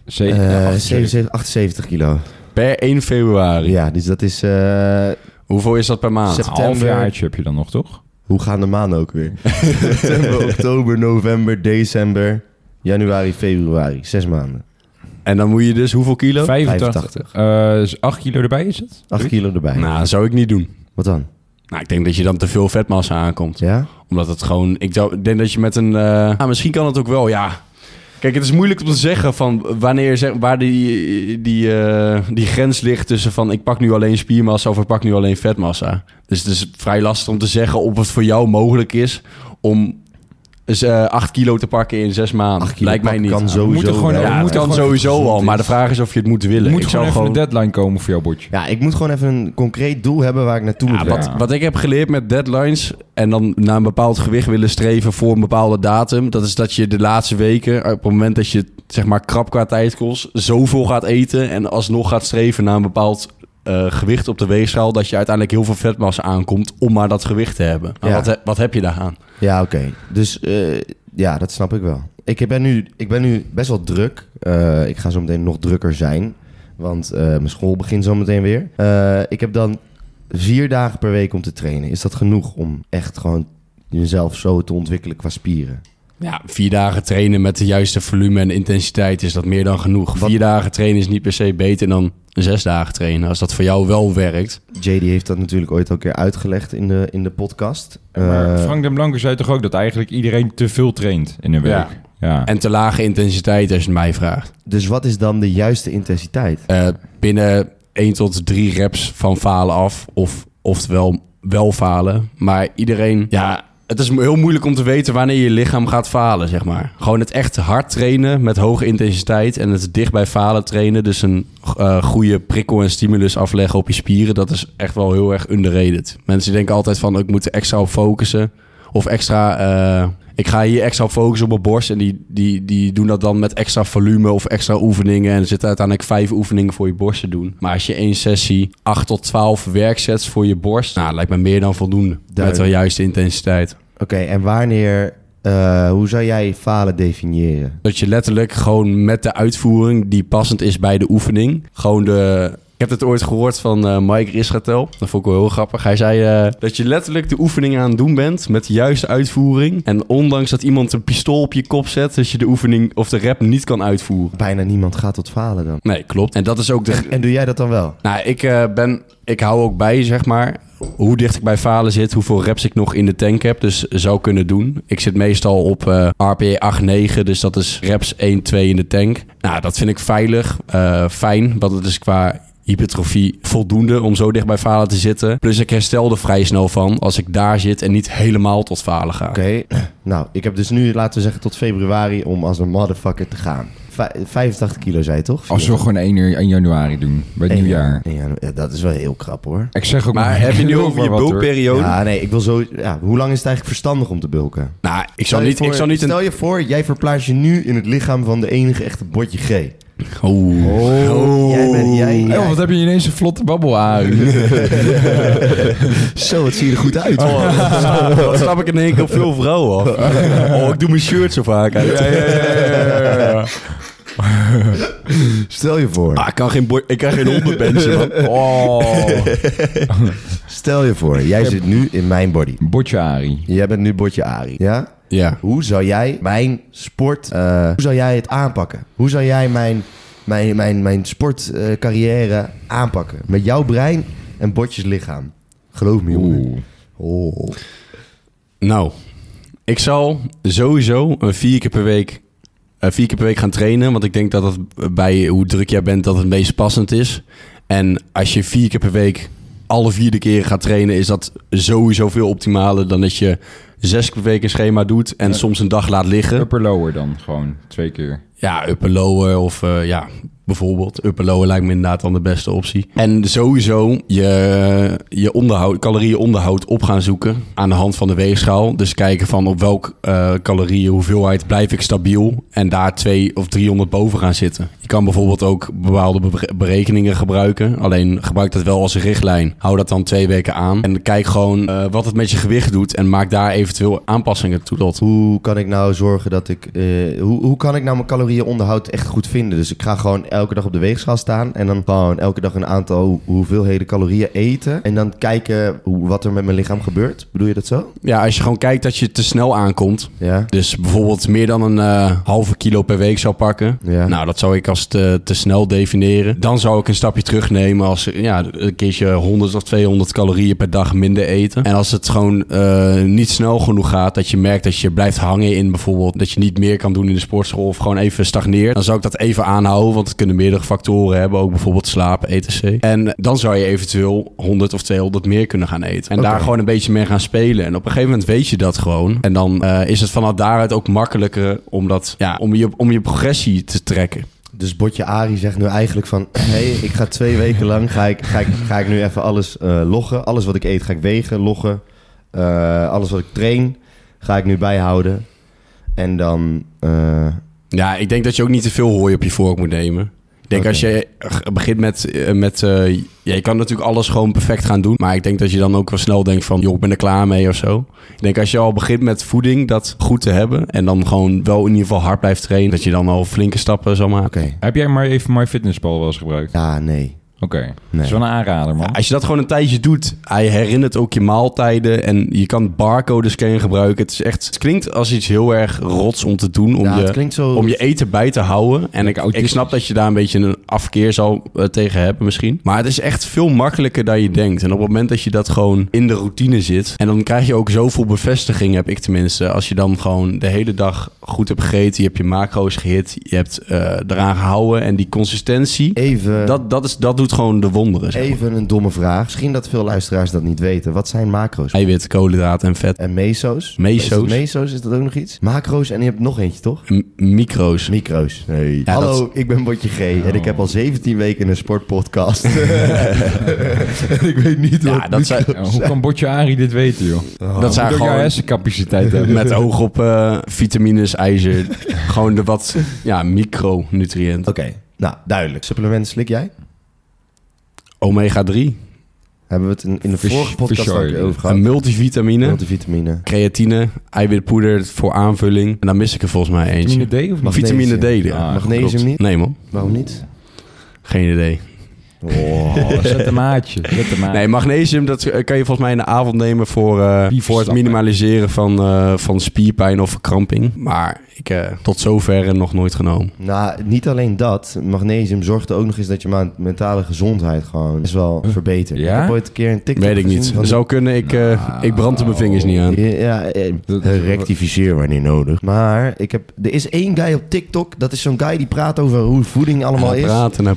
78 kilo. Per 1 februari. Ja, dus dat is... Hoeveel is dat per maand? Een halfjaartje heb je dan nog, toch? Hoe gaan de maanden ook weer? September, oktober, november, december, januari, februari. 6 maanden. En dan moet je dus hoeveel kilo? 85. 8 kilo erbij is het? 8 kilo erbij. Nou, dat zou ik niet doen. Wat dan? Nou, ik denk dat je dan te veel vetmassa aankomt. Ja? Omdat het gewoon... Ik denk dat je met een... misschien kan het ook wel, ja. Kijk, het is moeilijk om te zeggen van waar die grens ligt tussen van ik pak nu alleen spiermassa of ik pak nu alleen vetmassa. Dus het is vrij lastig om te zeggen of het voor jou mogelijk is om 8 kilo te pakken in 6 maanden. Lijkt mij niet. Kan sowieso het kan sowieso al, maar de vraag is of je het moet willen. Er moet gewoon even een deadline komen voor jouw Botje. Ja, ik moet gewoon even een concreet doel hebben waar ik naartoe moet werken. Wat ik heb geleerd met deadlines en dan naar een bepaald gewicht willen streven voor een bepaalde datum, dat is dat je de laatste weken, op het moment dat je zeg maar krap qua tijd kost, zoveel gaat eten en alsnog gaat streven naar een bepaald gewicht op de weegschaal, dat je uiteindelijk heel veel vetmassa aankomt om maar dat gewicht te hebben. Maar wat heb je daaraan? Ja, oké. Dus ja, dat snap ik wel. Ik ben nu best wel druk. Ik ga zo meteen nog drukker zijn. Want mijn school begint zo meteen weer. Ik heb dan 4 dagen per week om te trainen. Is dat genoeg om echt gewoon jezelf zo te ontwikkelen qua spieren? Ja, 4 dagen trainen met de juiste volume en intensiteit is dat meer dan genoeg. 4 dagen trainen is niet per se beter dan 6 dagen trainen. Als dat voor jou wel werkt. JD heeft dat natuurlijk ooit al een keer uitgelegd in de podcast. Maar Frank den Blanke zei toch ook dat eigenlijk iedereen te veel traint in een week? Ja. En te lage intensiteit als je het mij vraagt. Dus wat is dan de juiste intensiteit? Binnen 1 tot 3 reps van falen af. Oftewel wel falen. Maar iedereen... Ja, het is heel moeilijk om te weten wanneer je lichaam gaat falen, zeg maar. Gewoon het echt hard trainen met hoge intensiteit en het dicht bij falen trainen. Dus een goede prikkel en stimulus afleggen op je spieren. Dat is echt wel heel erg underrated. Mensen denken altijd van, ik moet er extra op focussen. Of extra... ik ga hier extra op focussen op mijn borst. En die doen dat dan met extra volume of extra oefeningen. En er zitten uiteindelijk 5 oefeningen voor je borst te doen. Maar als je 1 sessie 8 tot 12 werksets voor je borst... Nou, lijkt me meer dan voldoende. Met de juiste intensiteit. Oké, en wanneer... hoe zou jij falen definiëren? Dat je letterlijk gewoon met de uitvoering die passend is bij de oefening... gewoon Ik heb het ooit gehoord van Mike Rischatel. Dat vond ik wel heel grappig. Hij zei dat je letterlijk de oefening aan het doen bent met de juiste uitvoering. En ondanks dat iemand een pistool op je kop zet, dat je de oefening of de rep niet kan uitvoeren. Bijna niemand gaat tot falen dan. Nee, klopt. En dat is ook En doe jij dat dan wel? Nou, ik hou ook bij, zeg maar, hoe dicht ik bij falen zit, hoeveel reps ik nog in de tank heb. Dus zou kunnen doen. Ik zit meestal op RPE 8-9, dus dat is reps 1-2 in de tank. Nou, dat vind ik veilig, fijn, want het is qua hypertrofie voldoende om zo dicht bij falen te zitten. Plus ik herstel er vrij snel van als ik daar zit en niet helemaal tot falen ga. Oké, nou, ik heb dus nu, laten we zeggen, tot februari om als een motherfucker te gaan. 85 kilo, zei je toch? Als we gewoon 1 januari doen, bij het nieuwjaar. Ja, dat is wel heel krap, hoor. Ik zeg ook Maar heb je nu over je bulkperiode? Ja, nee, ik wil zo... Ja, hoe lang is het eigenlijk verstandig om te bulken? Nou, ik zal niet... Stel je voor, jij verplaatst je nu in het lichaam van de enige echte Botje G. Jij. Wat heb je ineens een vlotte babbel aan? Zo, het ziet er goed uit. Dat snap ik in één keer op veel vrouwen af. Ik doe mijn shirt zo vaak uit. Ja. Stel je voor. Ik kan geen hondenbenchen, man. Stel je voor, jij zit nu in mijn body. Botje Arie. Jij bent nu Botje Arie, ja? Ja. Hoe zou jij mijn sport... hoe zou jij het aanpakken? Hoe zou jij mijn sportcarrière aanpakken? Met jouw brein en Botjes lichaam. Geloof me, jongen. Oh. Nou, ik zal sowieso 4 keer per week gaan trainen. Want ik denk dat het bij hoe druk jij bent, dat het meest passend is. En als je 4 keer per week alle 4 keren gaat trainen, is dat sowieso veel optimaler dan dat je 6 keer per week een schema doet en soms een dag laat liggen. Upper-lower dan, gewoon 2 keer. Ja, upper-lower of bijvoorbeeld. Upper-lower lijkt me inderdaad dan de beste optie. En sowieso je calorieënonderhoud op gaan zoeken aan de hand van de weegschaal. Dus kijken van op welk calorieën, hoeveelheid blijf ik stabiel en daar 200 of 300 boven gaan zitten. Je kan bijvoorbeeld ook bepaalde berekeningen gebruiken. Alleen gebruik dat wel als een richtlijn. Hou dat dan 2 weken aan. En kijk gewoon wat het met je gewicht doet en maak daar eventueel aanpassingen toe tot. Hoe kan ik nou zorgen dat ik... hoe kan ik nou mijn calorieënonderhoud echt goed vinden? Dus ik ga gewoon elke dag op de weegschaal staan en dan gewoon elke dag een aantal hoeveelheden calorieën eten en dan kijken wat er met mijn lichaam gebeurt. Bedoel je dat zo? Ja, als je gewoon kijkt dat je te snel aankomt. Ja. Dus bijvoorbeeld meer dan een halve kilo per week zou pakken. Ja. Nou, dat zou ik als te snel definiëren. Dan zou ik een stapje terugnemen als een keertje 100 of 200 calorieën per dag minder eten. En als het gewoon niet snel genoeg gaat, dat je merkt dat je blijft hangen in bijvoorbeeld dat je niet meer kan doen in de sportschool of gewoon even stagneert, dan zou ik dat even aanhouden, want het kunnen meerdere factoren hebben, ook bijvoorbeeld slapen, etc. En dan zou je eventueel 100 of 200 meer kunnen gaan eten. En daar gewoon een beetje mee gaan spelen. En op een gegeven moment weet je dat gewoon. En dan is het vanaf daaruit ook makkelijker om je progressie te trekken. Dus Botje Arie zegt nu eigenlijk van... ik ga 2 weken lang ga ik nu even alles loggen. Alles wat ik eet ga ik wegen, loggen. Alles wat ik train ga ik nu bijhouden. En dan... Ja, ik denk dat je ook niet te veel hooi op je vork moet nemen. Ik denk als je begint met je kan natuurlijk alles gewoon perfect gaan doen. Maar ik denk dat je dan ook wel snel denkt van... joh, ik ben er klaar mee of zo. Ik denk als je al begint met voeding dat goed te hebben... en dan gewoon wel in ieder geval hard blijft trainen... dat je dan al flinke stappen zal maken. Okay. Heb jij maar even MyFitnessPal wel eens gebruikt? Ja, nee. Oké, nee. Dat is wel een aanrader, man. Ja, als je dat gewoon een tijdje doet, hij herinnert ook je maaltijden en je kan barcode-scan gebruiken. Het klinkt als iets heel erg rots om te doen, om je eten bij te houden. En ik snap dat je daar een beetje een afkeer zal tegen hebben misschien. Maar het is echt veel makkelijker dan je denkt. En op het moment dat je dat gewoon in de routine zit, en dan krijg je ook zoveel bevestiging, heb ik tenminste. Als je dan gewoon de hele dag goed hebt gegeten, je hebt je macro's gehit, je hebt eraan gehouden en die consistentie, dat doet gewoon de wonderen. Even een domme vraag. Misschien dat veel luisteraars dat niet weten. Wat zijn macro's? Eiwit, koolhydraten en vet. En meso's? Meso's, is dat ook nog iets? Macro's en je hebt nog eentje, toch? Micro's. Nee. Ja, hallo, ik ben Botje G. En ik heb al 17 weken een sportpodcast. En ik weet niet wat hoe kan Botje Arie dit weten, joh? Dat zijn gewoon hersencapaciteit hebben. Met oog op vitamines, ijzer. Gewoon de wat micronutriënten. Oké, nou, duidelijk. Supplementen slik jij? Omega 3. Hebben we het in de vorige podcast over gehad. Een multivitamine. Creatine. Eiwitpoeder voor aanvulling. En dan mis ik er volgens mij eentje. Vitamine D of niet? Vitamine D. Ja. Magnesium niet? Nee, man. Waarom niet? Geen idee. Zet een maatje. Nee, magnesium, dat kan je volgens mij in de avond nemen voor het minimaliseren van spierpijn of verkramping. Maar tot zover nog nooit genomen. Nou, niet alleen dat. Magnesium zorgt er ook nog eens dat je mentale gezondheid gewoon best wel verbetert. Ja? Ik heb ooit een keer een TikTok Weet ik niet. gezien Zou kunnen. Ik brand er mijn vingers niet aan. Rectificeer wanneer nodig. Maar er is één guy op TikTok. Dat is zo'n guy die praat over hoe voeding allemaal is.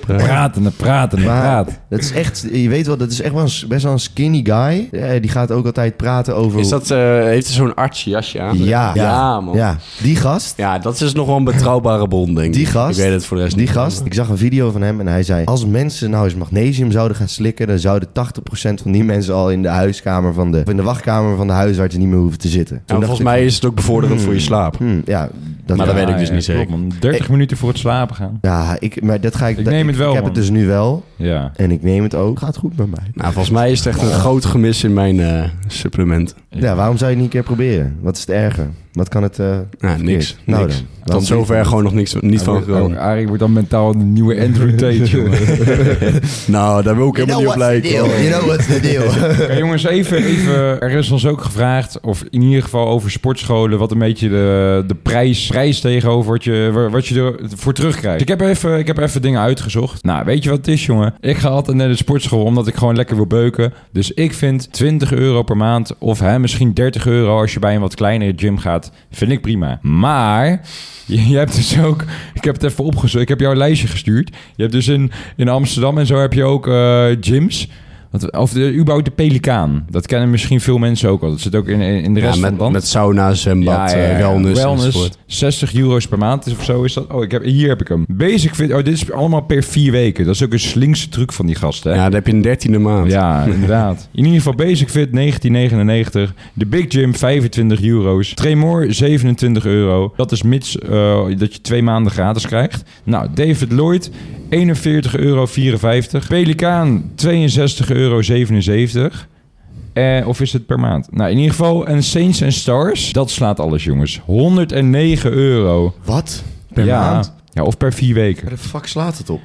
Praten. Maar dat is echt, je weet wel, dat is echt wel best wel een skinny guy. Die gaat ook altijd praten over... Heeft hij zo'n artsjasje aan? Ja, man. Ja, die gast. Ja, dat is nog wel een betrouwbare bron, denk ik. Die gast. Ik weet het voor de rest Die niet. gast. Ik zag een video van hem en hij zei... Als mensen nou eens magnesium zouden gaan slikken... dan zouden 80% van die mensen al in de huiskamer in de wachtkamer van de huisarts niet meer hoeven te zitten. Ja, volgens mij is het ook bevorderend voor je slaap. Ja, maar dat weet ik dus niet zeker. Man. 30 minuten voor het slapen gaan. Ja, maar dat ga ik... Ik neem het wel, Ik heb man. het dus nu wel. Ja. En ik neem het ook. Gaat goed met mij. Nou, volgens mij is het echt een groot gemis in mijn supplementen. Ja, waarom zou je het niet een keer proberen? Wat is het erger? Wat kan het... Niks. Nou niks. dan. Tot zover gewoon nog niet van gekomen. Arie wordt dan mentaal een nieuwe Andrew Tate, jongen. Nou, daar wil ik helemaal niet op lijken. You know what's the deal? Okay, jongens, even, er is ons ook gevraagd, of in ieder geval over sportscholen, wat een beetje de prijs tegenover wat je ervoor terugkrijgt. Ik heb even dingen uitgezocht. Nou, weet je wat het is, jongen? Ik ga altijd naar de sportschool omdat ik gewoon lekker wil beuken. Dus ik vind €20 per maand of misschien €30 als je bij een wat kleinere gym gaat, vind ik prima. Maar... Je hebt dus ook... Ik heb het even opgezocht. Ik heb jou een lijstje gestuurd. Je hebt dus in Amsterdam en zo heb je ook gyms. Of überhaupt de Pelikaan. Dat kennen misschien veel mensen ook al. Dat zit ook in de rest van het land. Met sauna, zwembad, wellness. €60 per maand of zo is dat. Hier heb ik hem. Basic Fit. Dit is allemaal per 4 weken. Dat is ook een slinkse truc van die gasten. Hè? Ja, dan heb je een 13e maand. Ja, inderdaad. In ieder geval Basic Fit €19,99. De Big Gym €25. Tremor €27. Dat is mits dat je 2 maanden gratis krijgt. Nou, David Lloyd €41,54. Pelikaan €62,77. Of is het per maand? Nou, in ieder geval. En Saints and Stars, dat slaat alles, jongens. €109. Wat? Per maand? Ja, of per 4 weken. Waar de fuck slaat het op?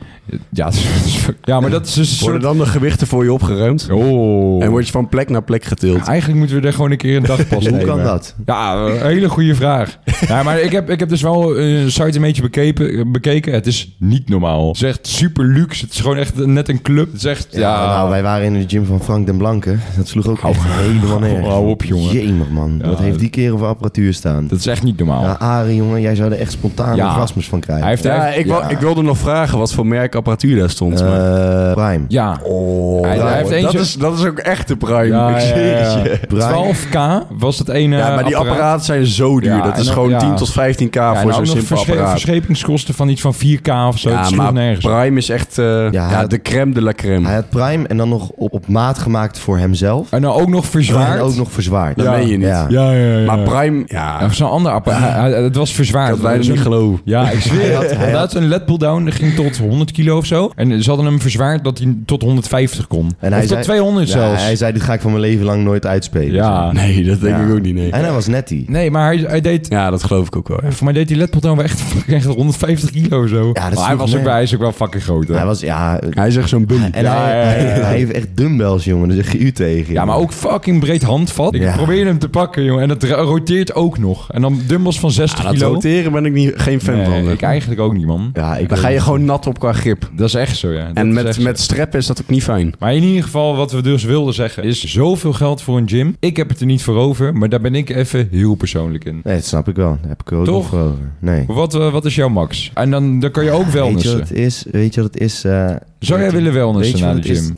Ja, maar dat is dus een Worden dan de gewichten voor je opgeruimd? Oh. En word je van plek naar plek getild? Ja, eigenlijk moeten we er gewoon een keer een dagpas nemen. Hoe kan dat? Ja, een hele goede vraag. Ja, maar ik heb dus wel een site een beetje bekeken. Het is niet normaal. Het is echt super luxe. Het is gewoon echt net een club. Het is echt, Nou, wij waren in de gym van Frank den Blanke. Dat sloeg ook echt helemaal nergens. Hou op, jongen. Jemig, man. Ja, Wat heeft die kerel voor apparatuur staan? Dat is echt niet normaal. Ja, Arie, jongen, jij zou er echt spontaan orgasmus van krijgen. Ik wilde nog vragen wat voor merk apparatuur daar stond. Prime. Ja. Hij heeft eentje... dat is ook echt de Prime. Ja, ik zweer het je. 12k was het ene Ja, maar die apparaten zijn zo duur. Ja, dat is en gewoon dan- 10 tot 15k voor zo'n simpel apparaat. Verscheepingskosten van iets van 4k of zo. Ja, dat sloeg maar nergens op. Prime is echt de crème de la crème. Hij had Prime en dan nog op maat gemaakt voor hemzelf. En dan ook nog verzwaard. En ook nog verzwaard. Dat meen je niet. Ja. Ja. Maar Prime, Ja, of zo'n ander apparaat. Het was verzwaard. dat wij Zo'n- niet geloven. Ja, ik zweer het. hij Hij had- had een LED pull-down, dat ging tot 100 kilo of zo. En ze hadden hem verzwaard dat hij tot 150 kon. En Of tot 200 ja, zelfs. Hij zei, dit ga ik van mijn leven lang nooit uitspelen. Ja. Nee, dat denk Ja. ik ook niet, nee. En hij was netty. Nee, maar hij deed... Ja, dat geloof ik ook wel. Ja. Voor mij deed die LED pull-down wel echt 150 kilo of zo. dat Maar hij, sloeg was ook, nergens. hij is ook wel fucking groot, hè? Hij was, ja... Hij is echt zo'n bum. En hij heeft echt dumbbells, jongen. Daar zeg je u tegen. Ja, maar ook fucking breed handvat. Ik Ja. probeerde hem te pakken, jongen. En dat roteert ook nog. En dan dumbbells van 60 dat kilo. roteren ben ik geen fan Nee, van. ik eigenlijk ook niet, man. Ja, Dan ga je gewoon nat op qua grip. Dat is echt zo, ja. Dat En is echt zo. met strappen is dat ook niet fijn. Maar in ieder geval, wat we dus wilden zeggen, is zoveel geld voor een gym. Ik heb het er niet voor over, maar daar ben ik even heel persoonlijk in. Nee, dat snap ik wel. Daar heb ik er ook Toch? niet voor over. Nee. Wat is jouw max? En dan kan je ook Weet je wellnessen. wat het is? Weet je wat het is? Zou jij willen wellnessen Weet je naar wat de het gym?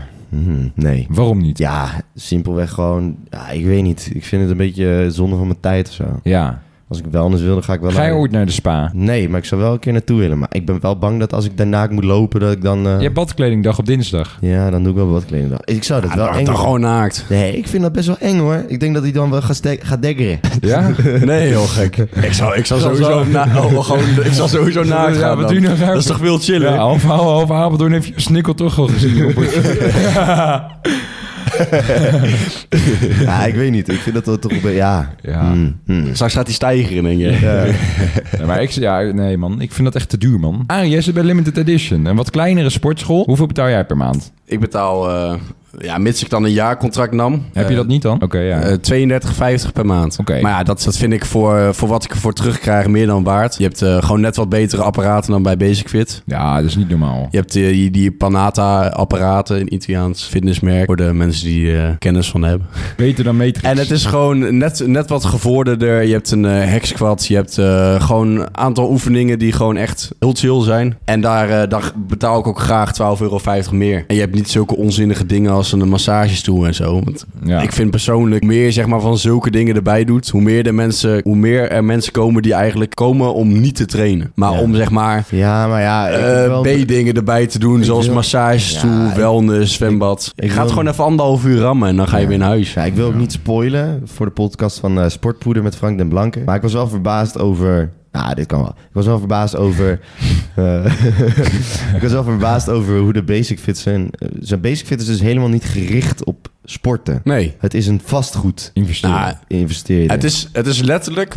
is? Nee. Waarom niet? Ja, simpelweg gewoon... Ja, ik weet niet. Ik vind het een beetje zonde van mijn tijd of zo. Ja. Als ik wellness wil, dan ga ik wel Ga je naar... ooit naar de spa? Nee, maar ik zou wel een keer naartoe willen. Maar ik ben wel bang dat als ik daarna moet lopen, dat ik dan... Je hebt badkledingdag op dinsdag. Ja, dan doe ik wel wat kleding. Ik zou dat wel eng Dan vinden. gewoon naakt. Nee, ik vind dat best wel eng hoor. Ik denk dat hij dan wel gaat deggeren. Ja? Nee, heel gek. Ik zal sowieso naakt Ja, gaan. wat doe je nou raar? Dat is toch veel chillen? Ja, half Apeldoorn heeft je snikkel toch al gezien. Ja, ik weet niet. Ik vind dat wel toch... Ja. Ja. Straks gaat hij stijgeren, denk je. Ja, maar nee man, ik vind dat echt te duur, man. Arie, jij zit bij Limited Edition. Een wat kleinere sportschool. Hoeveel betaal jij per maand? Ik betaal mits ik dan een jaarcontract nam. Heb je dat niet dan? Oké, ja. 32,50 per maand. Oké. Maar ja, dat vind ik voor wat ik ervoor terugkrijg meer dan waard. Je hebt gewoon net wat betere apparaten dan bij Basic Fit. Ja, dat is niet normaal. Je hebt die Panata-apparaten, een Italiaans fitnessmerk, voor de mensen die kennis van hebben. Beter dan Matrix. En het is gewoon net wat gevorderder. Je hebt een hex squat. Je hebt gewoon een aantal oefeningen die gewoon echt heel chill zijn. En daar betaal ik ook graag €12,50 meer. En je hebt niet zulke onzinnige dingen als een massagestoel en zo. Want ik vind persoonlijk, hoe meer zeg maar van zulke dingen erbij doet, hoe meer er mensen komen die eigenlijk komen om niet te trainen. Maar om zeg maar B-dingen erbij te doen, zoals massagestoel, wellness, zwembad. Ik ga het gewoon even 1,5 uur rammen en dan ga je weer naar huis. Ja, ik wil ook niet spoilen voor de podcast van Sportpoeder met Frank den Blanke. Maar ik was wel verbaasd over... dit kan wel. Ik was wel verbaasd over... ik was wel verbaasd over hoe de Basic Fit zijn. Zijn Basic Fit is dus helemaal niet gericht op sporten. Nee. Het is een vastgoed investeren. Het is letterlijk...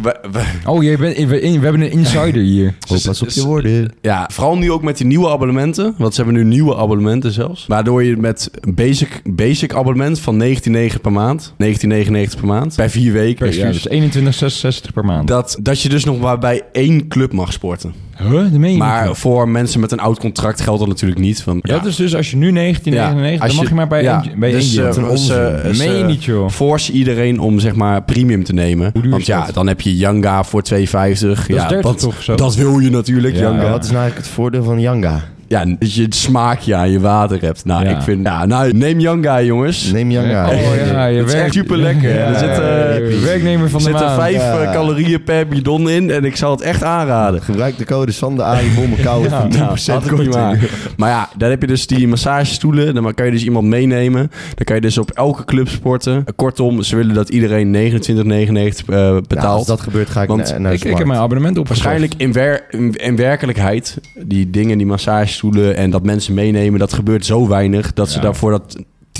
we hebben een insider hier. Pas op je woorden. Ja, vooral nu ook met die nieuwe abonnementen. Want ze hebben nu nieuwe abonnementen zelfs. Waardoor je met basic abonnement van €19,99 per maand. €19,99 per maand. Bij 4 weken. Ja, dus €21,66 per maand. Dat je dus nog maar bij 1 club mag sporten. Dat meen je maar niet. Voor mensen met een oud contract geldt dat natuurlijk niet. Want, dat is dus als je nu €19,99, dan mag je maar bij één. Meen je niet, joh. Force iedereen om zeg maar premium te nemen. Want dan heb je Yanga voor €2,50. Dat is 30 toch zo? Dat wil je natuurlijk, Yanga. Wat is nou eigenlijk het voordeel van Yanga? Ja, dat je het smaakje aan je water hebt. Ik vind... neem Yanga, jongens. Neem Yanga. Het is echt super lekker. Er zit werknemer van de maand. 5 calorieën per bidon in en ik zal het echt aanraden. Gebruik de code SanderAriBommelkouwen voor 10% korting. Maar ja, dan heb je dus die massagestoelen. Dan kan je dus iemand meenemen. Dan kan je dus op elke club sporten. Kortom, ze willen dat iedereen €29,99 betaalt. Ja, als dat gebeurt, ga ik naar Smart. Ik heb mijn abonnement op. Waarschijnlijk in werkelijkheid, die dingen, die massagestoelen en dat mensen meenemen, dat gebeurt zo weinig dat ze daarvoor dat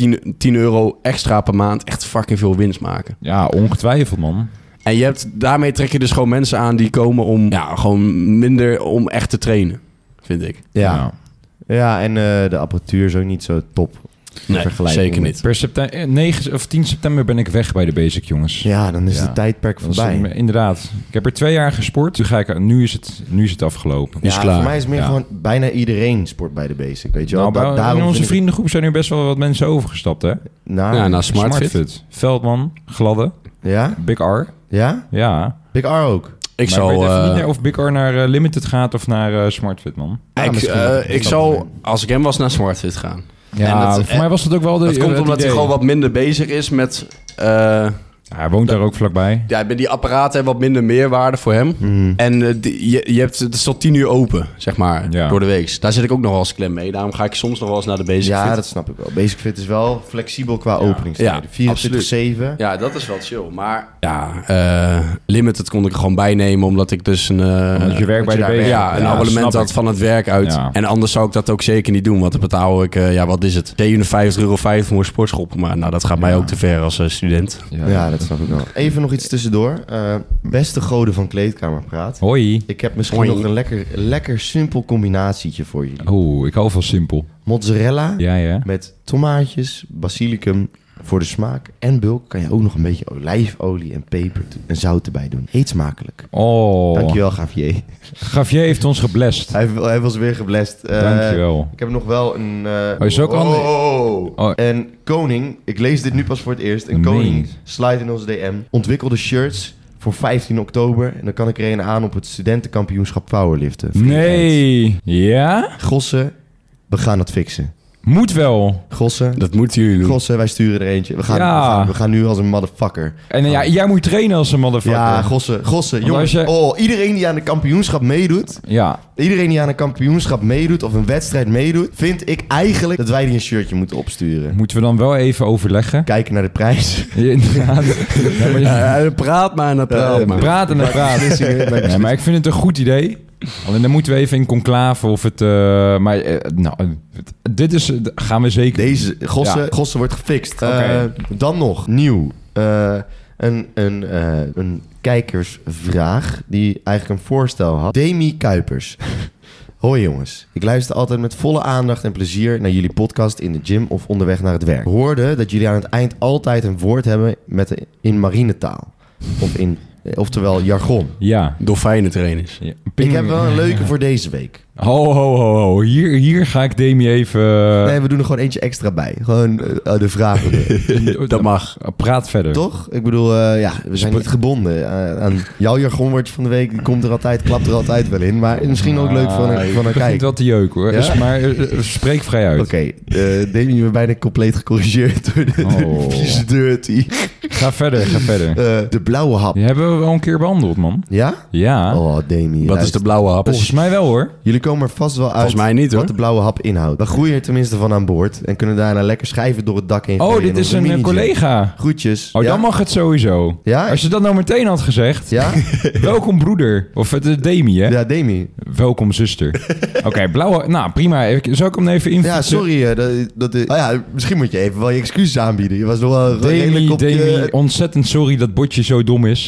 €10 extra per maand echt fucking veel winst maken. Ja, ongetwijfeld, man. En daarmee trek je dus gewoon mensen aan die komen om gewoon minder om echt te trainen, vind ik. Ja, en de apparatuur is ook niet zo top. Nee, zeker niet. Per 9 of 10 september ben ik weg bij de Basic, jongens. Ja, dan is het tijdperk voorbij. Inderdaad. Ik heb er 2 jaar gesport. Nu is het afgelopen. Ja, voor mij is het meer gewoon bijna iedereen sport bij de Basic. Weet je wel? In onze vriendengroep zijn er best wel wat mensen overgestapt, hè? Naar SmartFit. Veldman, Gladde. Ja? Big R. Ja? Ja. Big R ook. Ik weet even niet of Big R naar Limited gaat of naar SmartFit, man. Ik zou, als ik hem was, naar SmartFit gaan. Ja, voor mij was dat ook wel de... Dat komt omdat hij gewoon wat minder bezig is met... hij woont daar ook vlakbij. Ja, die apparaten hebben wat minder meerwaarde voor hem. En het is tot 10 uur open, zeg maar, door de week. Daar zit ik ook nog wel eens klem mee. Daarom ga ik soms nog wel eens naar de Basic Fit. Ja, dat snap ik wel. Basic Fit is wel flexibel qua openingstijden. 24/7. Ja, dat is wel chill. Maar Limited kon ik er gewoon bijnemen, omdat ik dus omdat je werk bij de Basic. Ja, een abonnement had van het werk uit. Ja. En anders zou ik dat ook zeker niet doen, want dan betaal ik, wat is het? €57,50 voor een sportschool. Maar dat gaat mij ook te ver als student. Ja, dat snap ik wel. Even nog iets tussendoor. Beste goden van Kleedkamerpraat. Hoi. Ik heb misschien nog een lekker simpel combinatietje voor jullie. Ik hou van simpel. Mozzarella met tomaatjes, basilicum voor de smaak en bulk. Kan je ook nog een beetje olijfolie en peper en zout erbij doen. Eet smakelijk. Dankjewel, Gavier. Gavier heeft ons geblest. Hij was weer geblest. Dankjewel. Ik heb nog wel een... is ook En Koning, ik lees dit nu pas voor het eerst. Een Koning, slide in onze DM. Ontwikkelde shirts voor 15 oktober. En dan kan ik er een aan op het studentenkampioenschap powerliften. Nee. Ja? Gossen, we gaan het fixen. Moet wel. Gossen. Dat moeten jullie doen. Gossen, wij sturen er eentje. We gaan nu als een motherfucker. En jij moet trainen als een motherfucker. Ja, Gossen. Jongens, iedereen die aan de kampioenschap meedoet... Ja. Iedereen die aan een kampioenschap meedoet of een wedstrijd meedoet... vind ik eigenlijk dat wij die een shirtje moeten opsturen. Moeten we dan wel even overleggen? Kijken naar de prijs. Ja, inderdaad. Praat maar. Praten. Ja, maar ik vind het een goed idee. Alleen dan moeten we even in conclave of het... dit is... gaan we zeker... Deze Gossen wordt gefixt. Dan nog, nieuw. Een kijkersvraag die eigenlijk een voorstel had. Demi Kuipers. Hoi jongens, ik luister altijd met volle aandacht en plezier naar jullie podcast in de gym of onderweg naar het werk. Ik hoorde dat jullie aan het eind altijd een woord hebben in marinetaal. Oftewel jargon. Ja. Dolfijnentrainers. Ja. Ik heb wel een leuke voor deze week. Ho. Hier ga ik Demi even... Nee, we doen er gewoon eentje extra bij. Gewoon de vragen. Dat mag. Praat verder. Toch? Ik bedoel, we zijn niet gebonden aan jouw jargonwoordje van de week. Die komt er altijd, klapt er altijd wel in. Maar misschien ook leuk van een begint kijk. wel te jeuk hoor. Ja? Dus, maar spreek vrij uit. Oké, Demi, je bent bijna compleet gecorrigeerd door de vieze dirty. Ga verder. De blauwe hap. Die hebben we al een keer behandeld, man. Ja? Ja. Oh, Demi. Wat is de blauwe hap? Volgens mij wel hoor. Jullie komen er vast wel uit Volgens mij niet, hoor. wat de blauwe hap inhoudt. We groeien er tenminste van aan boord en kunnen daarna lekker schijven door het dak heen. Oh, dit is een collega. Groetjes. Oh, ja? dan mag het sowieso. Ja? Als je dat nou meteen had gezegd. Ja? Welkom broeder. Of het Demi, hè? Ja, Demi. Welkom zuster. Oké, blauwe... Nou, prima. Zal ik hem even invullen? Ja, sorry. Misschien moet je even wel je excuses aanbieden. Je was nog wel redelijk op Demi, ontzettend sorry dat Botje zo dom is.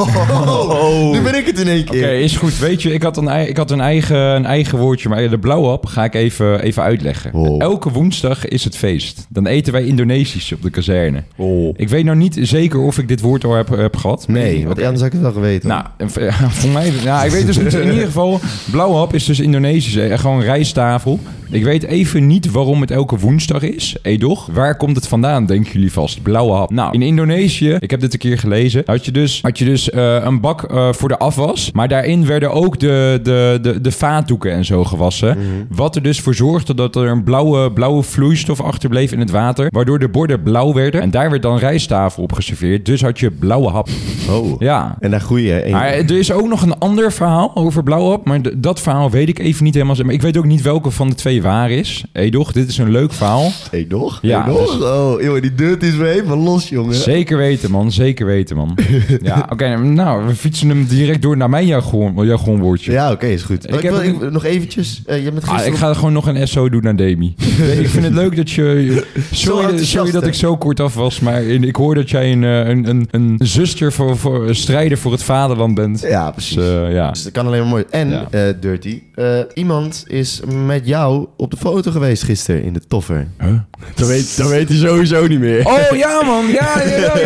Nu ben ik het in één keer. Oké, is goed. Weet je, ik had een eigen woordje, maar de blauwe hap ga ik even uitleggen. Elke woensdag is het feest. Dan eten wij Indonesisch op de kazerne. Ik weet nou niet zeker of ik dit woord al heb gehad. Nee, want anders had ik het wel geweten. Nou, voor mij... Nou, ik weet dus niet, in ieder geval... Blauwe hap is dus Indonesisch. Gewoon rijsttafel. Ik weet even niet waarom het elke woensdag is. Edoch. Waar komt het vandaan, denken jullie vast? Blauwe hap. Nou, in Indonesië, ik heb dit een keer gelezen, had je dus een bak voor de afwas. Maar daarin werden ook de vaatdoeken en zo gewassen. Mm-hmm. Wat er dus voor zorgde dat er een blauwe vloeistof achterbleef in het water. Waardoor de borden blauw werden. En daar werd dan rijsttafel op geserveerd. Dus had je blauwe hap. Oh. Ja. En daar groei je. Maar er is ook nog een ander verhaal over blauwe hap. Maar dat verhaal weet ik even niet helemaal. Maar ik weet ook niet welke van de twee waar is. Edoch, dit is een leuk verhaal. Edoch? Ja. Edoch? Dus... Oh, joh, die deur is weer even los, jongen. Zeker weten, man. Ja, oké, nou, we fietsen hem direct door naar mijn jargonwoordje. Ja, oké, is goed. Ik nog eventjes... ik ga gewoon nog een SO doen naar Demi. Ik vind het leuk dat je... Sorry dat ik zo kort af was, maar ik hoor dat jij een zuster voor strijder voor het vaderland bent. Ja, precies. Dus dat kan alleen maar mooi. En, Dirty, iemand is met jou op de foto geweest gisteren in de Toffer. Huh? Dat weet hij sowieso niet meer. Oh ja, man. Ja.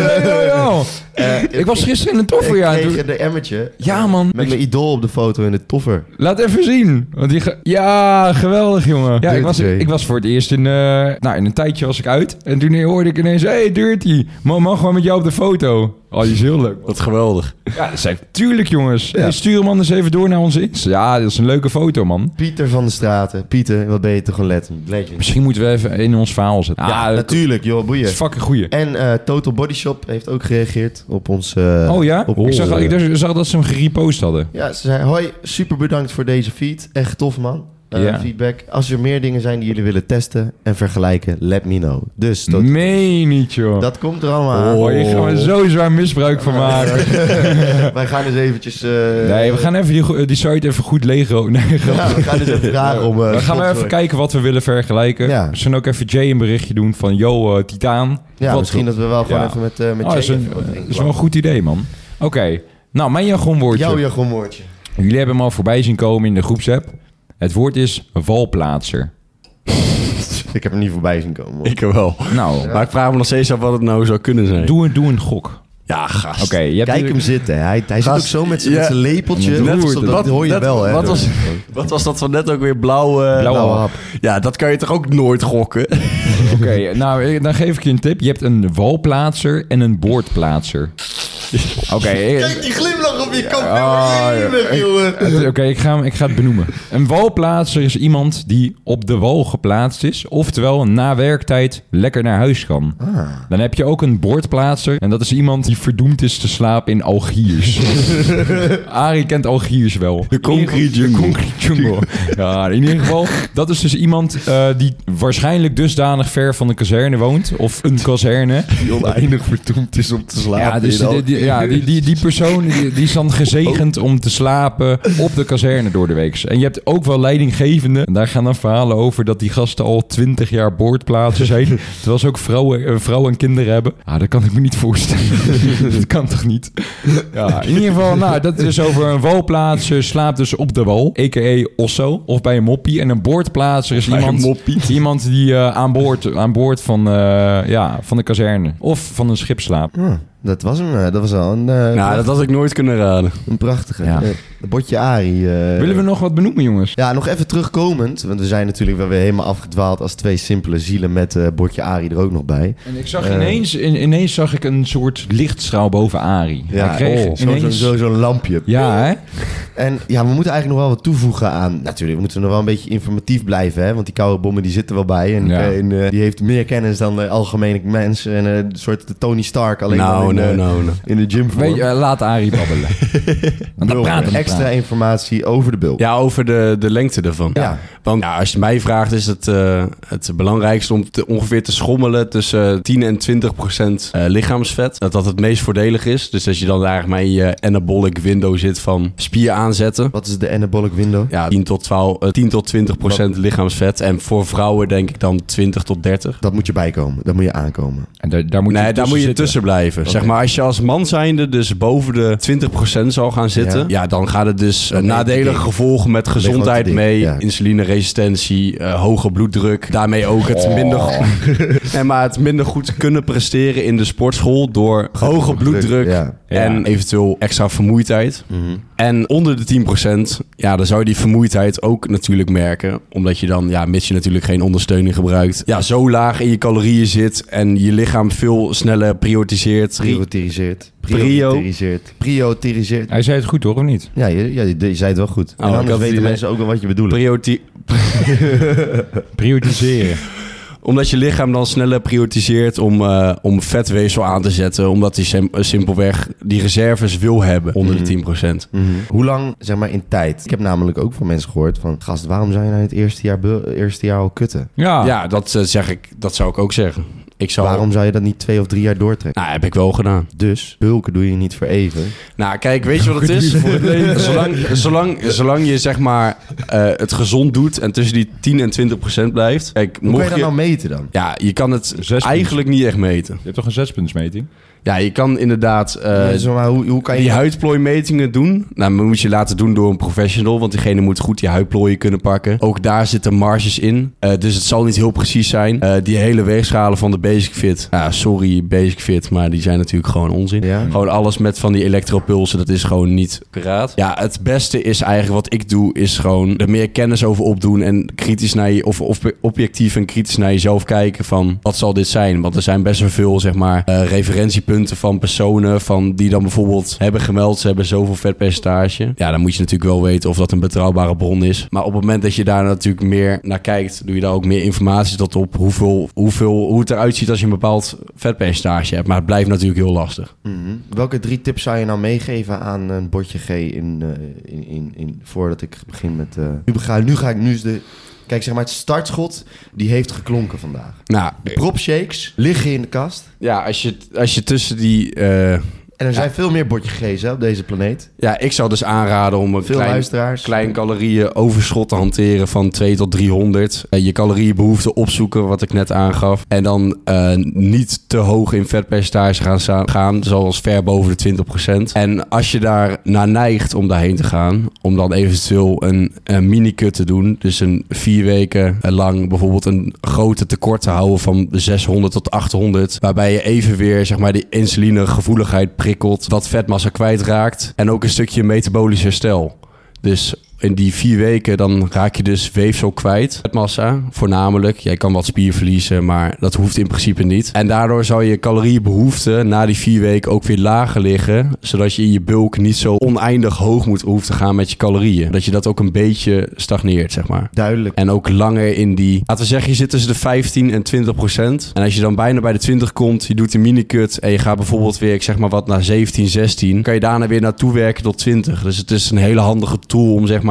Ik was gisteren in de Toffer, ja. Ik kreeg een emmertje. Ja, man. Met mijn idool op de foto in de Toffer. Laat even zien. Want ja, geweldig, jongen. Ja, ik was voor het eerst in een tijdje was ik uit. En toen hoorde ik ineens, hey, Dirty, mag gewoon met jou op de foto. Oh, die is heel leuk. Wat geweldig. Ja, dat zei tuurlijk, jongens. Ja. Stuur hem anders even door naar onze Insta. Ja, dat is een leuke foto, man. Pieter van de Straten. Pieter, wat ben je toch een legend. Misschien moeten we even in ons verhaal zetten. Ja, natuurlijk, joh, boeien. Dat is fucking goeie. En Total Body Shop heeft ook gereageerd op ons... oh ja? Ik zag dat ze hem gerepost hadden. Ja, ze zei, hoi, super bedankt voor deze feed. Echt tof, man. Feedback. Als er meer dingen zijn die jullie willen testen en vergelijken, let me know. Dus meen niet, joh. Dat komt er allemaal aan. Oh, hier gaan we zo zwaar misbruik van maken. Wij gaan dus eventjes... nee, we gaan even die site even goed legen. Nee, we gaan dus even vragen om... we gaan even kijken wat we willen vergelijken. Ja. We zullen ook even Jay een berichtje doen van... Yo, Titaan. Ja, misschien dat we wel gewoon even met Jay... Dat is wel een goed idee, man. Oké. Nou, mijn jargonwoordje. Jouw jargonwoordje. Jullie hebben hem al voorbij zien komen in de groepsapp. Het woord is valplaatser. Ik heb er niet voorbij zien komen. Ik er wel. Nou, maar ik vraag me nog steeds af wat het nou zou kunnen zijn. Doe een gok. Ja, gast. Okay, Kijk hem zitten. Hij zit ook zo met zijn lepeltje. Dat hoor je wel, hè. Wat was dat van net ook weer? Blauwe hap. Ja, dat kan je toch ook nooit gokken? Oké, nou, dan geef ik je een tip. Je hebt een walplaatser en een boordplaatser. Kijk die glimlach op je kop. Oké, ik ga het benoemen. Een walplaatser is iemand die op de wal geplaatst is. Oftewel na werktijd lekker naar huis kan. Dan heb je ook een boordplaatser. En dat is iemand die verdoemd is te slapen in Algiers. Arie kent Algiers wel. De concrete jungle. Ja, in ieder geval. Dat is dus iemand die waarschijnlijk dusdanig ver van de kazerne woont. Of een kazerne. Die oneindig verdoemd is om te slapen. Ja, dus Die persoon die is dan gezegend om te slapen op de kazerne door de week. En je hebt ook wel leidinggevenden. En daar gaan dan verhalen over dat die gasten al 20 jaar boordplaatsen zijn. Terwijl ze ook vrouwen en kinderen hebben. Dat kan ik me niet voorstellen. Dat kan toch niet? Ja, in ieder geval, dat is over een walplaatser slaapt dus op de wal. A.k.a. Osso. Of bij een moppie. En een boordplaatser is iemand die aan boord van de kazerne. Of van een schip slaapt. Dat was hem. Dat was al een... dat had ik nooit kunnen raden. Een prachtige. Botje Arie. Willen we nog wat benoemen, jongens? Ja, nog even terugkomend. Want we zijn natuurlijk wel weer helemaal afgedwaald als twee simpele zielen met Botje Arie er ook nog bij. En ik zag ineens zag ik een soort lichtstraal boven Arie. Ja, zo'n lampje. Ja, hè? En ja, we moeten eigenlijk nog wel wat toevoegen aan... Natuurlijk, we moeten nog wel een beetje informatief blijven, hè? Want die koude bommen die zitten wel bij. En die heeft meer kennis dan de algemene mens. En een soort de Tony Stark alleen in de gym. Laat Arie babbelen. Extra informatie over de bulk. Ja, over de lengte ervan. Ja. Want als je mij vraagt, is het belangrijkste om ongeveer te schommelen tussen 10 en 20% lichaamsvet. Dat het meest voordelig is. Dus als je dan eigenlijk maar in je anabolic window zit van spier aanzetten. Wat is de anabolic window? Ja, 10 tot 20% lichaamsvet. En voor vrouwen denk ik dan 20 tot 30. Dat moet je bijkomen. Dat moet je aankomen. En daar moet je tussen blijven. Okay. Zeg maar, als je als man zijnde dus boven de 20% zal gaan zitten. Ja, dan gaat het dus nadelige gevolgen met gezondheid mee. Ja. Insulineresistentie, hoge bloeddruk. Daarmee ook het minder goed kunnen presteren in de sportschool door hoge bloeddruk en eventueel extra vermoeidheid. Mm-hmm. En onder de 10%, dan zou je die vermoeidheid ook natuurlijk merken. Omdat je dan, mits je natuurlijk geen ondersteuning gebruikt, zo laag in je calorieën zit en je lichaam veel sneller prioritiseert. Hij zei het goed, hoor, of niet? Ja, je zei het wel goed. En anders weten mensen ook wel wat je bedoelt. Prioritiseren. Omdat je lichaam dan sneller prioritiseert om vetweefsel aan te zetten. Omdat hij simpelweg die reserves wil hebben onder de 10%. Mm-hmm. Hoe lang, zeg maar, in tijd? Ik heb namelijk ook van mensen gehoord van... Gast, waarom zou je nou het eerste jaar al kutten? Ja, dat zou ik ook zeggen. Waarom zou je dat niet 2 of 3 jaar doortrekken? Nou, heb ik wel gedaan. Dus, bulken doe je niet voor even. Nou, kijk, weet je wat het is? Zolang je, zeg maar, het gezond doet en tussen die 10 en 20% blijft. Kijk, hoe kan je dat nou meten dan? Ja, je kan het eigenlijk niet echt meten. Je hebt toch een 6-puntsmeting? Ja, je kan inderdaad hoe kan je die huidplooimetingen doen. Nou, dat moet je laten doen door een professional. Want diegene moet goed die huidplooien kunnen pakken. Ook daar zitten marges in. Dus het zal niet heel precies zijn. Die hele weegschalen van de Basic Fit. Sorry Basic Fit, maar die zijn natuurlijk gewoon onzin. Ja. Gewoon alles met van die elektropulsen, dat is gewoon niet accuraat. Ja, het beste is eigenlijk wat ik doe, is gewoon er meer kennis over opdoen. En kritisch naar je, of objectief en kritisch naar jezelf kijken van wat zal dit zijn. Want er zijn best wel veel, zeg maar, referentiepunten van personen van die dan bijvoorbeeld hebben gemeld, ze hebben zoveel vetpercentage. Ja, dan moet je natuurlijk wel weten of dat een betrouwbare bron is. Maar op het moment dat je daar natuurlijk meer naar kijkt, doe je daar ook meer informatie tot op hoe het eruit ziet als je een bepaald vetpercentage hebt. Maar het blijft natuurlijk heel lastig. Mm-hmm. Welke 3 tips zou je nou meegeven aan een bordje G voordat ik begin met... Nu is de... Kijk, zeg maar, het startschot, die heeft geklonken vandaag. Nou, de propshakes liggen in de kast. Ja, als je tussen die... En er zijn veel meer bordje G's op deze planeet. Ja, ik zou dus aanraden om een klein calorieën overschot te hanteren van 2 tot 300. Je caloriebehoefte opzoeken, wat ik net aangaf. En dan niet te hoog in vetpercentage gaan, zoals ver boven de 20%. En als je daar naar neigt om daarheen te gaan, om dan eventueel een mini-cut te doen. Dus een 4 weken lang bijvoorbeeld een grote tekort te houden van 600 tot 800. Waarbij je even weer, zeg maar, die insulinegevoeligheid prikkelt, wat vetmassa kwijtraakt en ook een stukje metabolisch herstel. Dus in die 4 weken dan raak je dus weefsel kwijt. Vetmassa voornamelijk. Jij kan wat spier verliezen, maar dat hoeft in principe niet. En daardoor zou je caloriebehoefte na die 4 weken ook weer lager liggen. Zodat je in je bulk niet zo oneindig hoog hoeft te gaan met je calorieën. Dat je dat ook een beetje stagneert, zeg maar. Duidelijk. En ook langer in die... Laten we zeggen, je zit tussen de 15 en 20%. En als je dan bijna bij de 20 komt, je doet een mini-cut en je gaat bijvoorbeeld weer, ik zeg maar wat, naar 17, 16. Kan je daarna weer naartoe werken tot 20. Dus het is een hele handige tool om, zeg maar,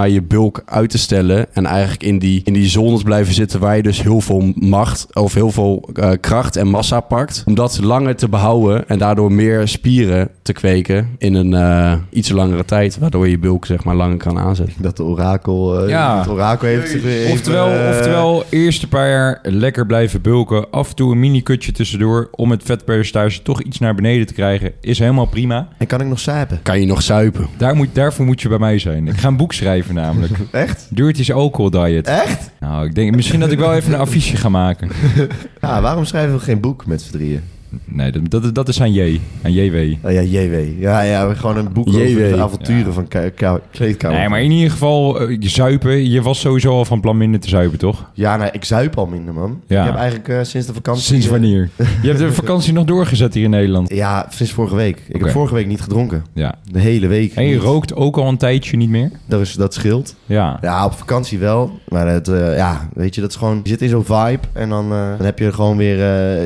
maar je bulk uit te stellen en eigenlijk in die zones blijven zitten waar je dus heel veel macht of heel veel kracht en massa pakt. Om dat langer te behouden en daardoor meer spieren te kweken in een iets langere tijd. Waardoor je bulk zeg maar langer kan aanzetten. Dat de orakel, het orakel heeft... Oftewel, eerst een paar jaar lekker blijven bulken. Af en toe een mini-kutje tussendoor om het vetpercentage toch iets naar beneden te krijgen. Is helemaal prima. En kan ik nog zuipen? Kan je nog zuipen? Daarvoor moet je bij mij zijn. Ik ga een boek schrijven namelijk. Echt? Dirty's Alcohol Diet. Echt? Nou, ik denk misschien dat ik wel even een affiche ga maken. Ja, waarom schrijven we geen boek met z'n drieën? Nee, dat is aan J. Aan JW. Oh ja, JW. Ja, gewoon een boek over de avonturen van kleedkamer. Nee, maar in ieder geval, zuipen. Je was sowieso al van plan minder te zuipen, toch? Ja, nou, ik zuip al minder, man. Ja. Ik heb eigenlijk sinds de vakantie... Sinds wanneer? Je hebt de vakantie nog doorgezet hier in Nederland. Ja, sinds vorige week. Ik heb vorige week niet gedronken. Ja. De hele week. En je rookt ook al een tijdje niet meer? Dat scheelt. Ja. Ja, op vakantie wel. Maar het, weet je, dat is gewoon... Je zit in zo'n vibe en dan heb je gewoon weer...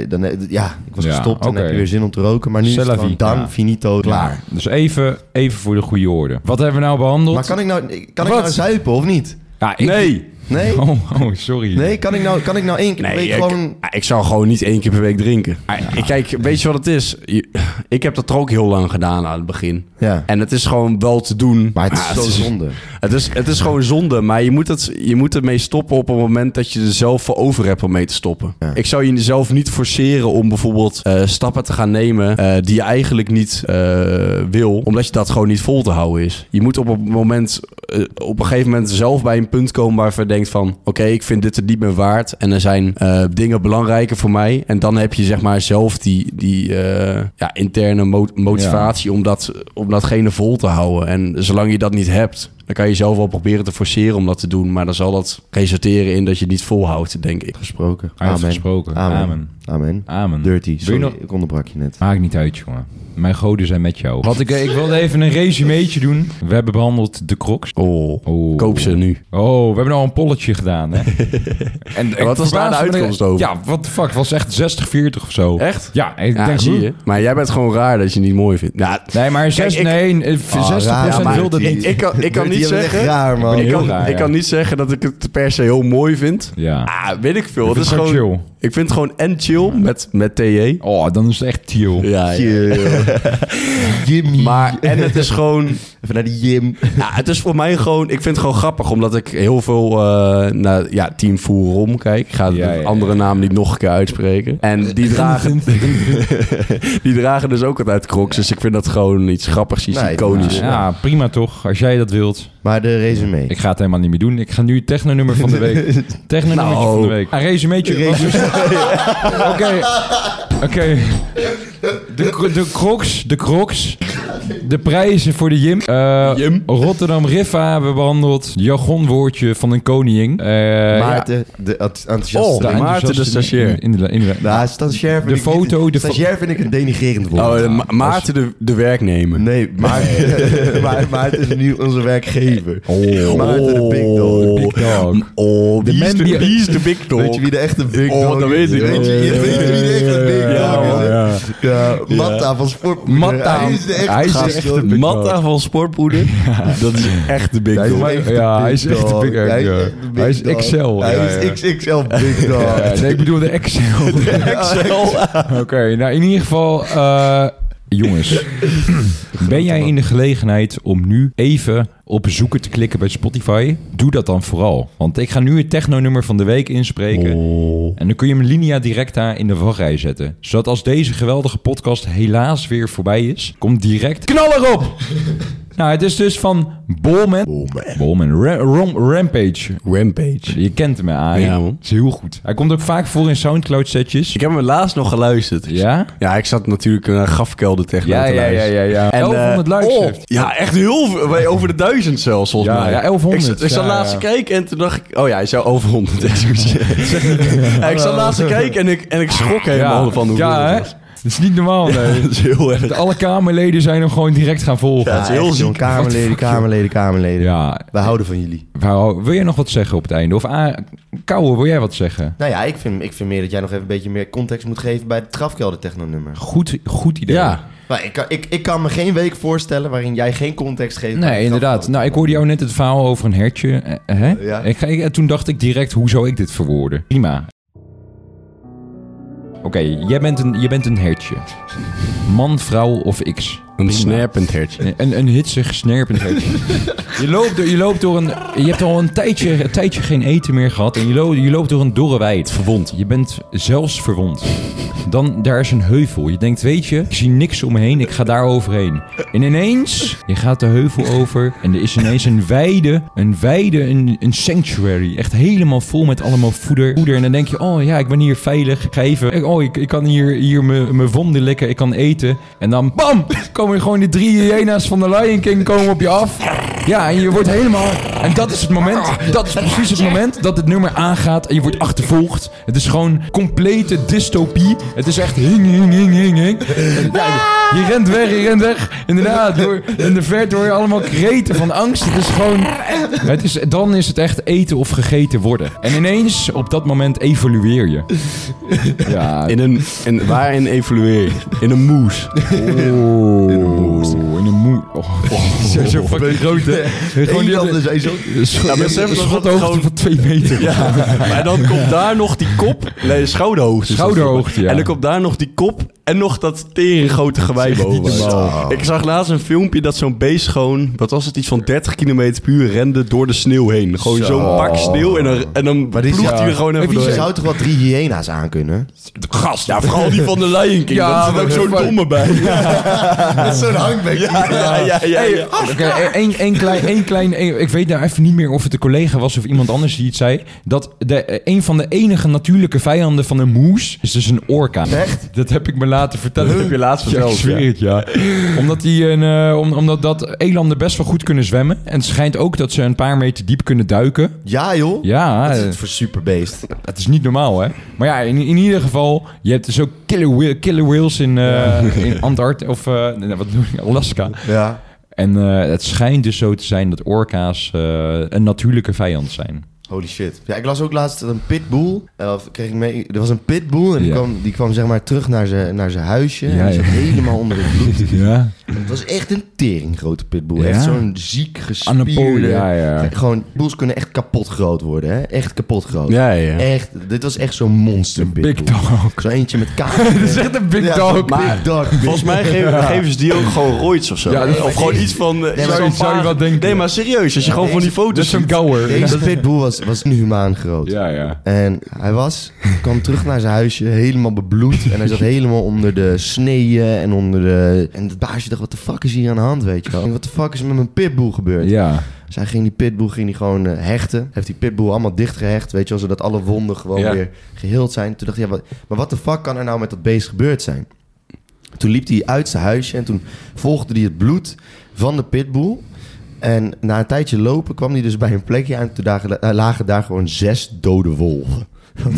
ik was gestopt en heb je weer zin om te roken. Maar nu is het gewoon dan, finito, klaar. Ja. Dus even voor de goede orde. Wat hebben we nou behandeld? Maar kan ik nou zuipen of niet? Ja, Nee! Oh, sorry. Nee, kan ik nou 1 keer per week gewoon... Ik zou gewoon niet 1 keer per week drinken. Kijk, weet je wat het is? Ik heb dat er ook heel lang gedaan aan het begin. Ja. En het is gewoon wel te doen. Maar het is zo zonde. Het is gewoon zonde, maar je moet ermee stoppen op het moment dat je er zelf voor over hebt om mee te stoppen. Ja. Ik zou jezelf niet forceren om bijvoorbeeld stappen te gaan nemen die je eigenlijk niet wil, omdat je dat gewoon niet vol te houden is. Je moet op een gegeven moment zelf bij een punt komen waarvan je denkt van, oké, ik vind dit er niet meer waard en er zijn dingen belangrijker voor mij. En dan heb je zeg maar zelf die interne motivatie om datgene vol te houden. En zolang je dat niet hebt, dan kan je zelf wel proberen te forceren om dat te doen. Maar dan zal dat resulteren in dat je het niet volhoudt, denk ik. Gesproken. Amen. Dirty. Sorry, ik onderbrak je net. Maakt niet uit, jongen. Mijn goden zijn met jou. Ik wilde even een resumeetje doen. We hebben behandeld de Crocs. Koop ze nu. We hebben al een polletje gedaan, hè? En wat was daar de uitkomst over? Ja, what the fuck. Het was echt 60-40 of zo. Echt? Ja, ik denk zie je. Maar jij bent gewoon raar dat je het niet mooi vindt. Ja, nee, maar 60% wilde het niet. Ik kan niet zeggen... Raar, man. Ik kan niet zeggen dat ik het per se heel mooi vind. Ja. Weet ik veel. Het is gewoon chill. Ik vind het gewoon en chill met TJ. Dan is het echt chill. Ja. Jimmy. Maar, en het is gewoon... Even naar die Jim. Ja, het is voor mij gewoon... Ik vind het gewoon grappig, omdat ik heel veel naar Team Voerom kijk. Ik ga de andere naam niet nog een keer uitspreken. En die dragen... die dragen dus ook altijd Crocs. Dus ik vind dat gewoon iets grappigs, iets iconisch. Ja, prima toch. Als jij dat wilt. Maar de resume. Ik ga het helemaal niet meer doen. Ik ga nu het technonummer van de week. Technonummertje van de week. Een resumeetje. Oké. De Crocs. De prijzen voor de Jim. Rotterdam Riffa hebben we behandeld. Jargonwoordje van een koningin. Maarten, de enthousiaste. Maarten de stagiair. Stagiair de foto. Stagiair vind ik een denigrerend woord. Maarten de werknemer. Nee, Maarten is nu onze werkgever. Maarten de big dog. Wie is de big dog? Weet je wie de echte big dog is? Dat weet ik. Weet je wie de echte big dog is? Ja, Matta van Sportpoeder. Matta. Hij is echt de big dog. Matta van Sportpoeder. Dat is echt de big dog. Ja, hij is echt de big dog. Hij is XL. Hij is XXL big dog. Nee, ik bedoel de XL. Oké, nou in ieder geval... jongens, ben jij in de gelegenheid om nu even op zoeken te klikken bij Spotify? Doe dat dan vooral. Want ik ga nu het technonummer van de week inspreken. En dan kun je hem linea directa in de wachtrij zetten. Zodat als deze geweldige podcast helaas weer voorbij is, komt direct knal erop! Nou, het is dus van Bolman. Rampage. Je kent hem, hè? Ja, man. Is heel goed. Hij komt ook vaak voor in Soundcloud-setjes. Ik heb hem laatst nog geluisterd. Ja? Ja, ik zat natuurlijk naar Grafkelder techno te luisteren. Ja. En 1100 luistert. Ja, echt heel veel. Over de 1000 zelfs, volgens mij. Ja, 1100. Ik zat laatst te kijken en toen dacht ik... Oh ja, hij zou over 100. Ik zat laatst te kijken en ik schrok helemaal van hoe veel het was. Dat is niet normaal, nee. Dat is heel erg. Alle Kamerleden zijn hem gewoon direct gaan volgen. Ja, het is heel ziek. Kamerleden. Ja. We houden van jullie. Wil jij nog wat zeggen op het einde? Of Kouwe, wil jij wat zeggen? Nou ja, ik vind meer dat jij nog even een beetje meer context moet geven bij het Grafkelder technonummer. Goed idee. Ja. Maar ik kan me geen week voorstellen waarin jij geen context geeft. Nee, inderdaad. Nou, ik hoorde jou net het verhaal over een hertje. Hè? Ja. Toen dacht ik direct, hoe zou ik dit verwoorden? Prima. Oké, jij bent een hertje. Man, vrouw of X. Een snerpend hertje. Een hitsig, snerpend hertje. Je loopt door een... Je hebt al een tijdje geen eten meer gehad. En je loopt door een dorre weid. Verwond. Je bent zelfs verwond. Dan, daar is een heuvel. Je denkt, weet je, ik zie niks om me heen. Ik ga daar overheen. En ineens, je gaat de heuvel over. En er is ineens een weide, een sanctuary. Echt helemaal vol met allemaal voeder. En dan denk je, oh ja, ik ben hier veilig. Ga even, ik kan hier mijn wonden likken. Ik kan eten. En dan, bam, komen gewoon die 3 hyena's van de Lion King komen op je af. Ja, en je wordt helemaal... En dat is het moment, dat is precies het moment dat het nummer aangaat en je wordt achtervolgd. Het is gewoon complete dystopie. Het is echt hing. Ja, je rent weg. Inderdaad, in de verte hoor je allemaal kreten van angst. Het is gewoon... Dan is het echt eten of gegeten worden. En ineens, op dat moment, evolueer je. Ja. Waarin evolueer je? In een moes. In een moes. Zo fucking groot, hè? Gewoon die schothoogte van 2 meter. Ja. Maar dan komt daar nog die kop. Nee, schouderhoogte. Schouderhoogte, ja. En dan komt daar nog die kop en nog dat teringgrote gewei boven. Ik zag laatst een filmpje dat zo'n beest gewoon... Wat was het? Iets van 30 km/h rende door de sneeuw heen. Gewoon zo'n pak sneeuw en dan ploegt hij er gewoon even doorheen. Je zou toch wel 3 hyena's aankunnen? Gast, ja, vooral die van de Lion King. Ja, dat is ook zo'n domme bij. Met zo'n hangbek. Ja. Oké, één klein... Ik weet nou even niet meer of het een collega was of iemand anders die het zei. Dat een van de enige natuurlijke vijanden van een moes is dus een orka. Echt? Dat heb ik me laten vertellen. Dat heb je laatst verteld. Ik zweer het, ja. Omdat elanden best wel goed kunnen zwemmen. En het schijnt ook dat ze een paar meter diep kunnen duiken. Ja, joh. Ja. Wat is het voor superbeest? Het is niet normaal, hè. Maar ja, in ieder geval... Je hebt dus ook killer whales in Antarctica of wat noem ik, Alaska. Ja. En het schijnt dus zo te zijn dat orka's een natuurlijke vijand zijn. Holy shit. Ja, ik las ook laatst een pitbull. Kreeg ik mee. Er was een pitbull en die kwam zeg maar terug naar zijn huisje. En die zat helemaal onder het bloed. Ja. Het was echt een teringgrote pitbull. Echt zo'n ziek gespierde. Ja. Gewoon, bulls kunnen echt kapot groot worden, hè? Echt kapot groot. Ja. Echt, dit was echt zo'n monster pitbull. Big dog. Zo eentje met kaart. Dat is echt een big dog. Big dog. Volgens mij geven ze die ook gewoon roids of zo. Ja, of gewoon iets van... zou je wel denken. Nee, maar serieus. Als je gewoon van die foto's ziet. Dat is zo'n gower. Deze pitbull was inhumaan groot. Ja. En hij kwam terug naar zijn huisje, helemaal bebloed. En hij zat helemaal onder de sneeën en onder de... En het baasje dacht, wat de fuck is hier aan de hand, weet je wel? Wat de fuck is er met mijn pitbull gebeurd? Ja. Dus hij ging die pitbull gewoon hechten. Heeft die pitbull allemaal dichtgehecht, weet je wel, zodat alle wonden gewoon weer geheeld zijn. Toen dacht hij, maar wat de fuck kan er nou met dat beest gebeurd zijn? Toen liep hij uit zijn huisje en toen volgde hij het bloed van de pitbull. En na een tijdje lopen kwam hij dus bij een plekje aan. Toen lagen daar gewoon 6 dode wolven.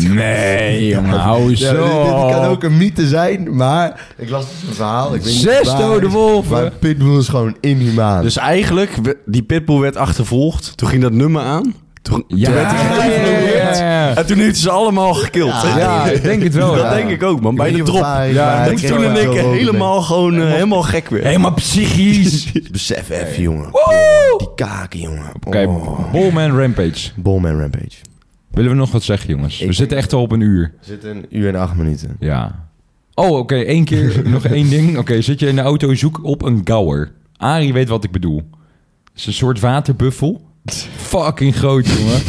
Nee, jongen, hou zo. Dit kan ook een mythe zijn, maar ik las het een verhaal. Ik weet 6 dode wolven. Maar pitbull is gewoon inhumaan. Dus eigenlijk, die pitbull werd achtervolgd. Toen ging dat nummer aan. Toen werd hij geëvalueerd. En toen heeft ze allemaal gekild. Ja, ik denk het wel. Dat denk ik ook, man. Bij de drop. Toen en ik helemaal gewoon helemaal gek weer. Helemaal psychisch. Besef even, jongen. Die kaken, jongen. Oké, Bowman Rampage. Bowman Rampage. Willen we nog wat zeggen, jongens? We zitten echt al op een uur. We zitten 1 uur en 8 minuten. Ja. Oh, oké. 1 keer nog 1 ding. Oké, zit je in de auto, zoek op een gower. Arie weet wat ik bedoel. Het is een soort waterbuffel. Fucking groot, jongen.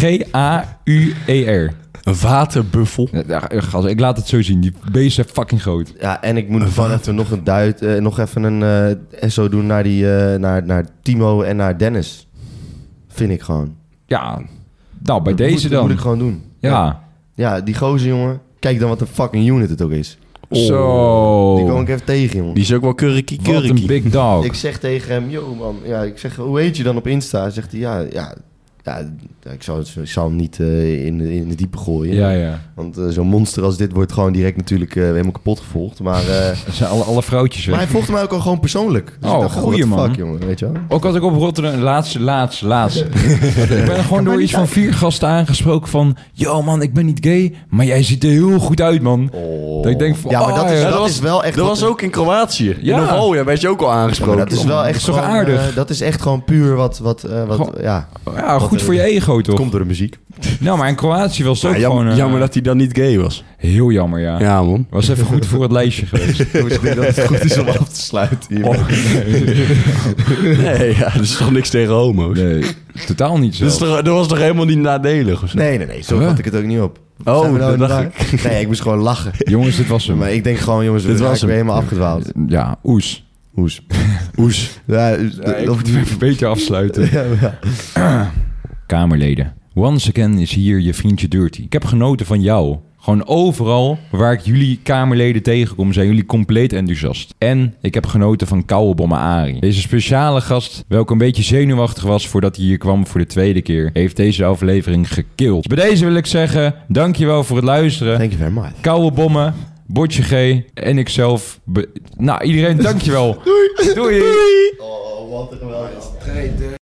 G-A-U-E-R. Een waterbuffel? Ja, ik laat het zo zien. Die beest is fucking groot. Ja, en ik moet ervan even nog even een SO doen naar naar Timo en naar Dennis. Vind ik gewoon. Ja, nou, bij deze dan. Dat moet ik gewoon doen. Ja, die gozer, jongen. Kijk dan wat een fucking unit het ook is. Zo. Die kom ik even tegen, jongen. Die is ook wel kurkie. Wat een big dog. Ik zeg tegen hem, yo man. Ja, ik zeg, hoe heet je dan op Insta? Zegt hij, ja, ik zou hem niet in de diepe gooien. Ja. Want zo'n monster als dit wordt gewoon direct natuurlijk helemaal kapot gevolgd. Maar Het zijn alle vrouwtjes weg. hij volgde mij ook al gewoon persoonlijk. Dus ik dacht, goeie what the man. fuck, jongen, weet je wel? Ook had ik op Rotterdam... Laatste. Ik ben er gewoon door iets van 4 gasten aangesproken van... Yo man, ik ben niet gay, maar jij ziet er heel goed uit, man. Oh. Dat ik denk van... Ja, maar dat is wel echt... Dat was ook in Kroatië. Ja. In Novalja werd je ook al aangesproken. dat is wel echt is toch gewoon, aardig? dat is echt gewoon puur Ja, goed voor je ego, toch? Komt door de muziek. Nou, maar in Kroatië was het ook jammer, gewoon... jammer dat hij dan niet gay was. Heel jammer, ja. Ja, man. Was even goed voor het lijstje geweest. Ik denk dat het goed is om af te sluiten hier. Nee, ja, er is toch niks tegen homo's? Nee, totaal niet zo. Dat was toch helemaal niet nadelig of zo? Nee, zo vat ik het ook niet op. Oh, Zijn we nou dat in de dacht war? Nee, ik moest gewoon lachen. Jongens, dit was hem. Maar ik denk gewoon, jongens, Dit we was zijn weer hem. helemaal afgedwaald. Ja, oes. Oes. Ja, Ik moet even een beetje afsluiten. ja. Kamerleden. Once again is hier je vriendje Dirty. Ik heb genoten van jou. Gewoon overal waar ik jullie Kamerleden tegenkom, zijn jullie compleet enthousiast. En ik heb genoten van Kouwebommen Arie. Deze speciale gast, welke een beetje zenuwachtig was voordat hij hier kwam voor de 2e keer, heeft deze aflevering gekillt. Dus bij deze wil ik zeggen, dankjewel voor het luisteren. Thank you very much. Kouwebommen, Botje G en ikzelf. Nou, iedereen dankjewel. Doei. Oh, wat een geweldig.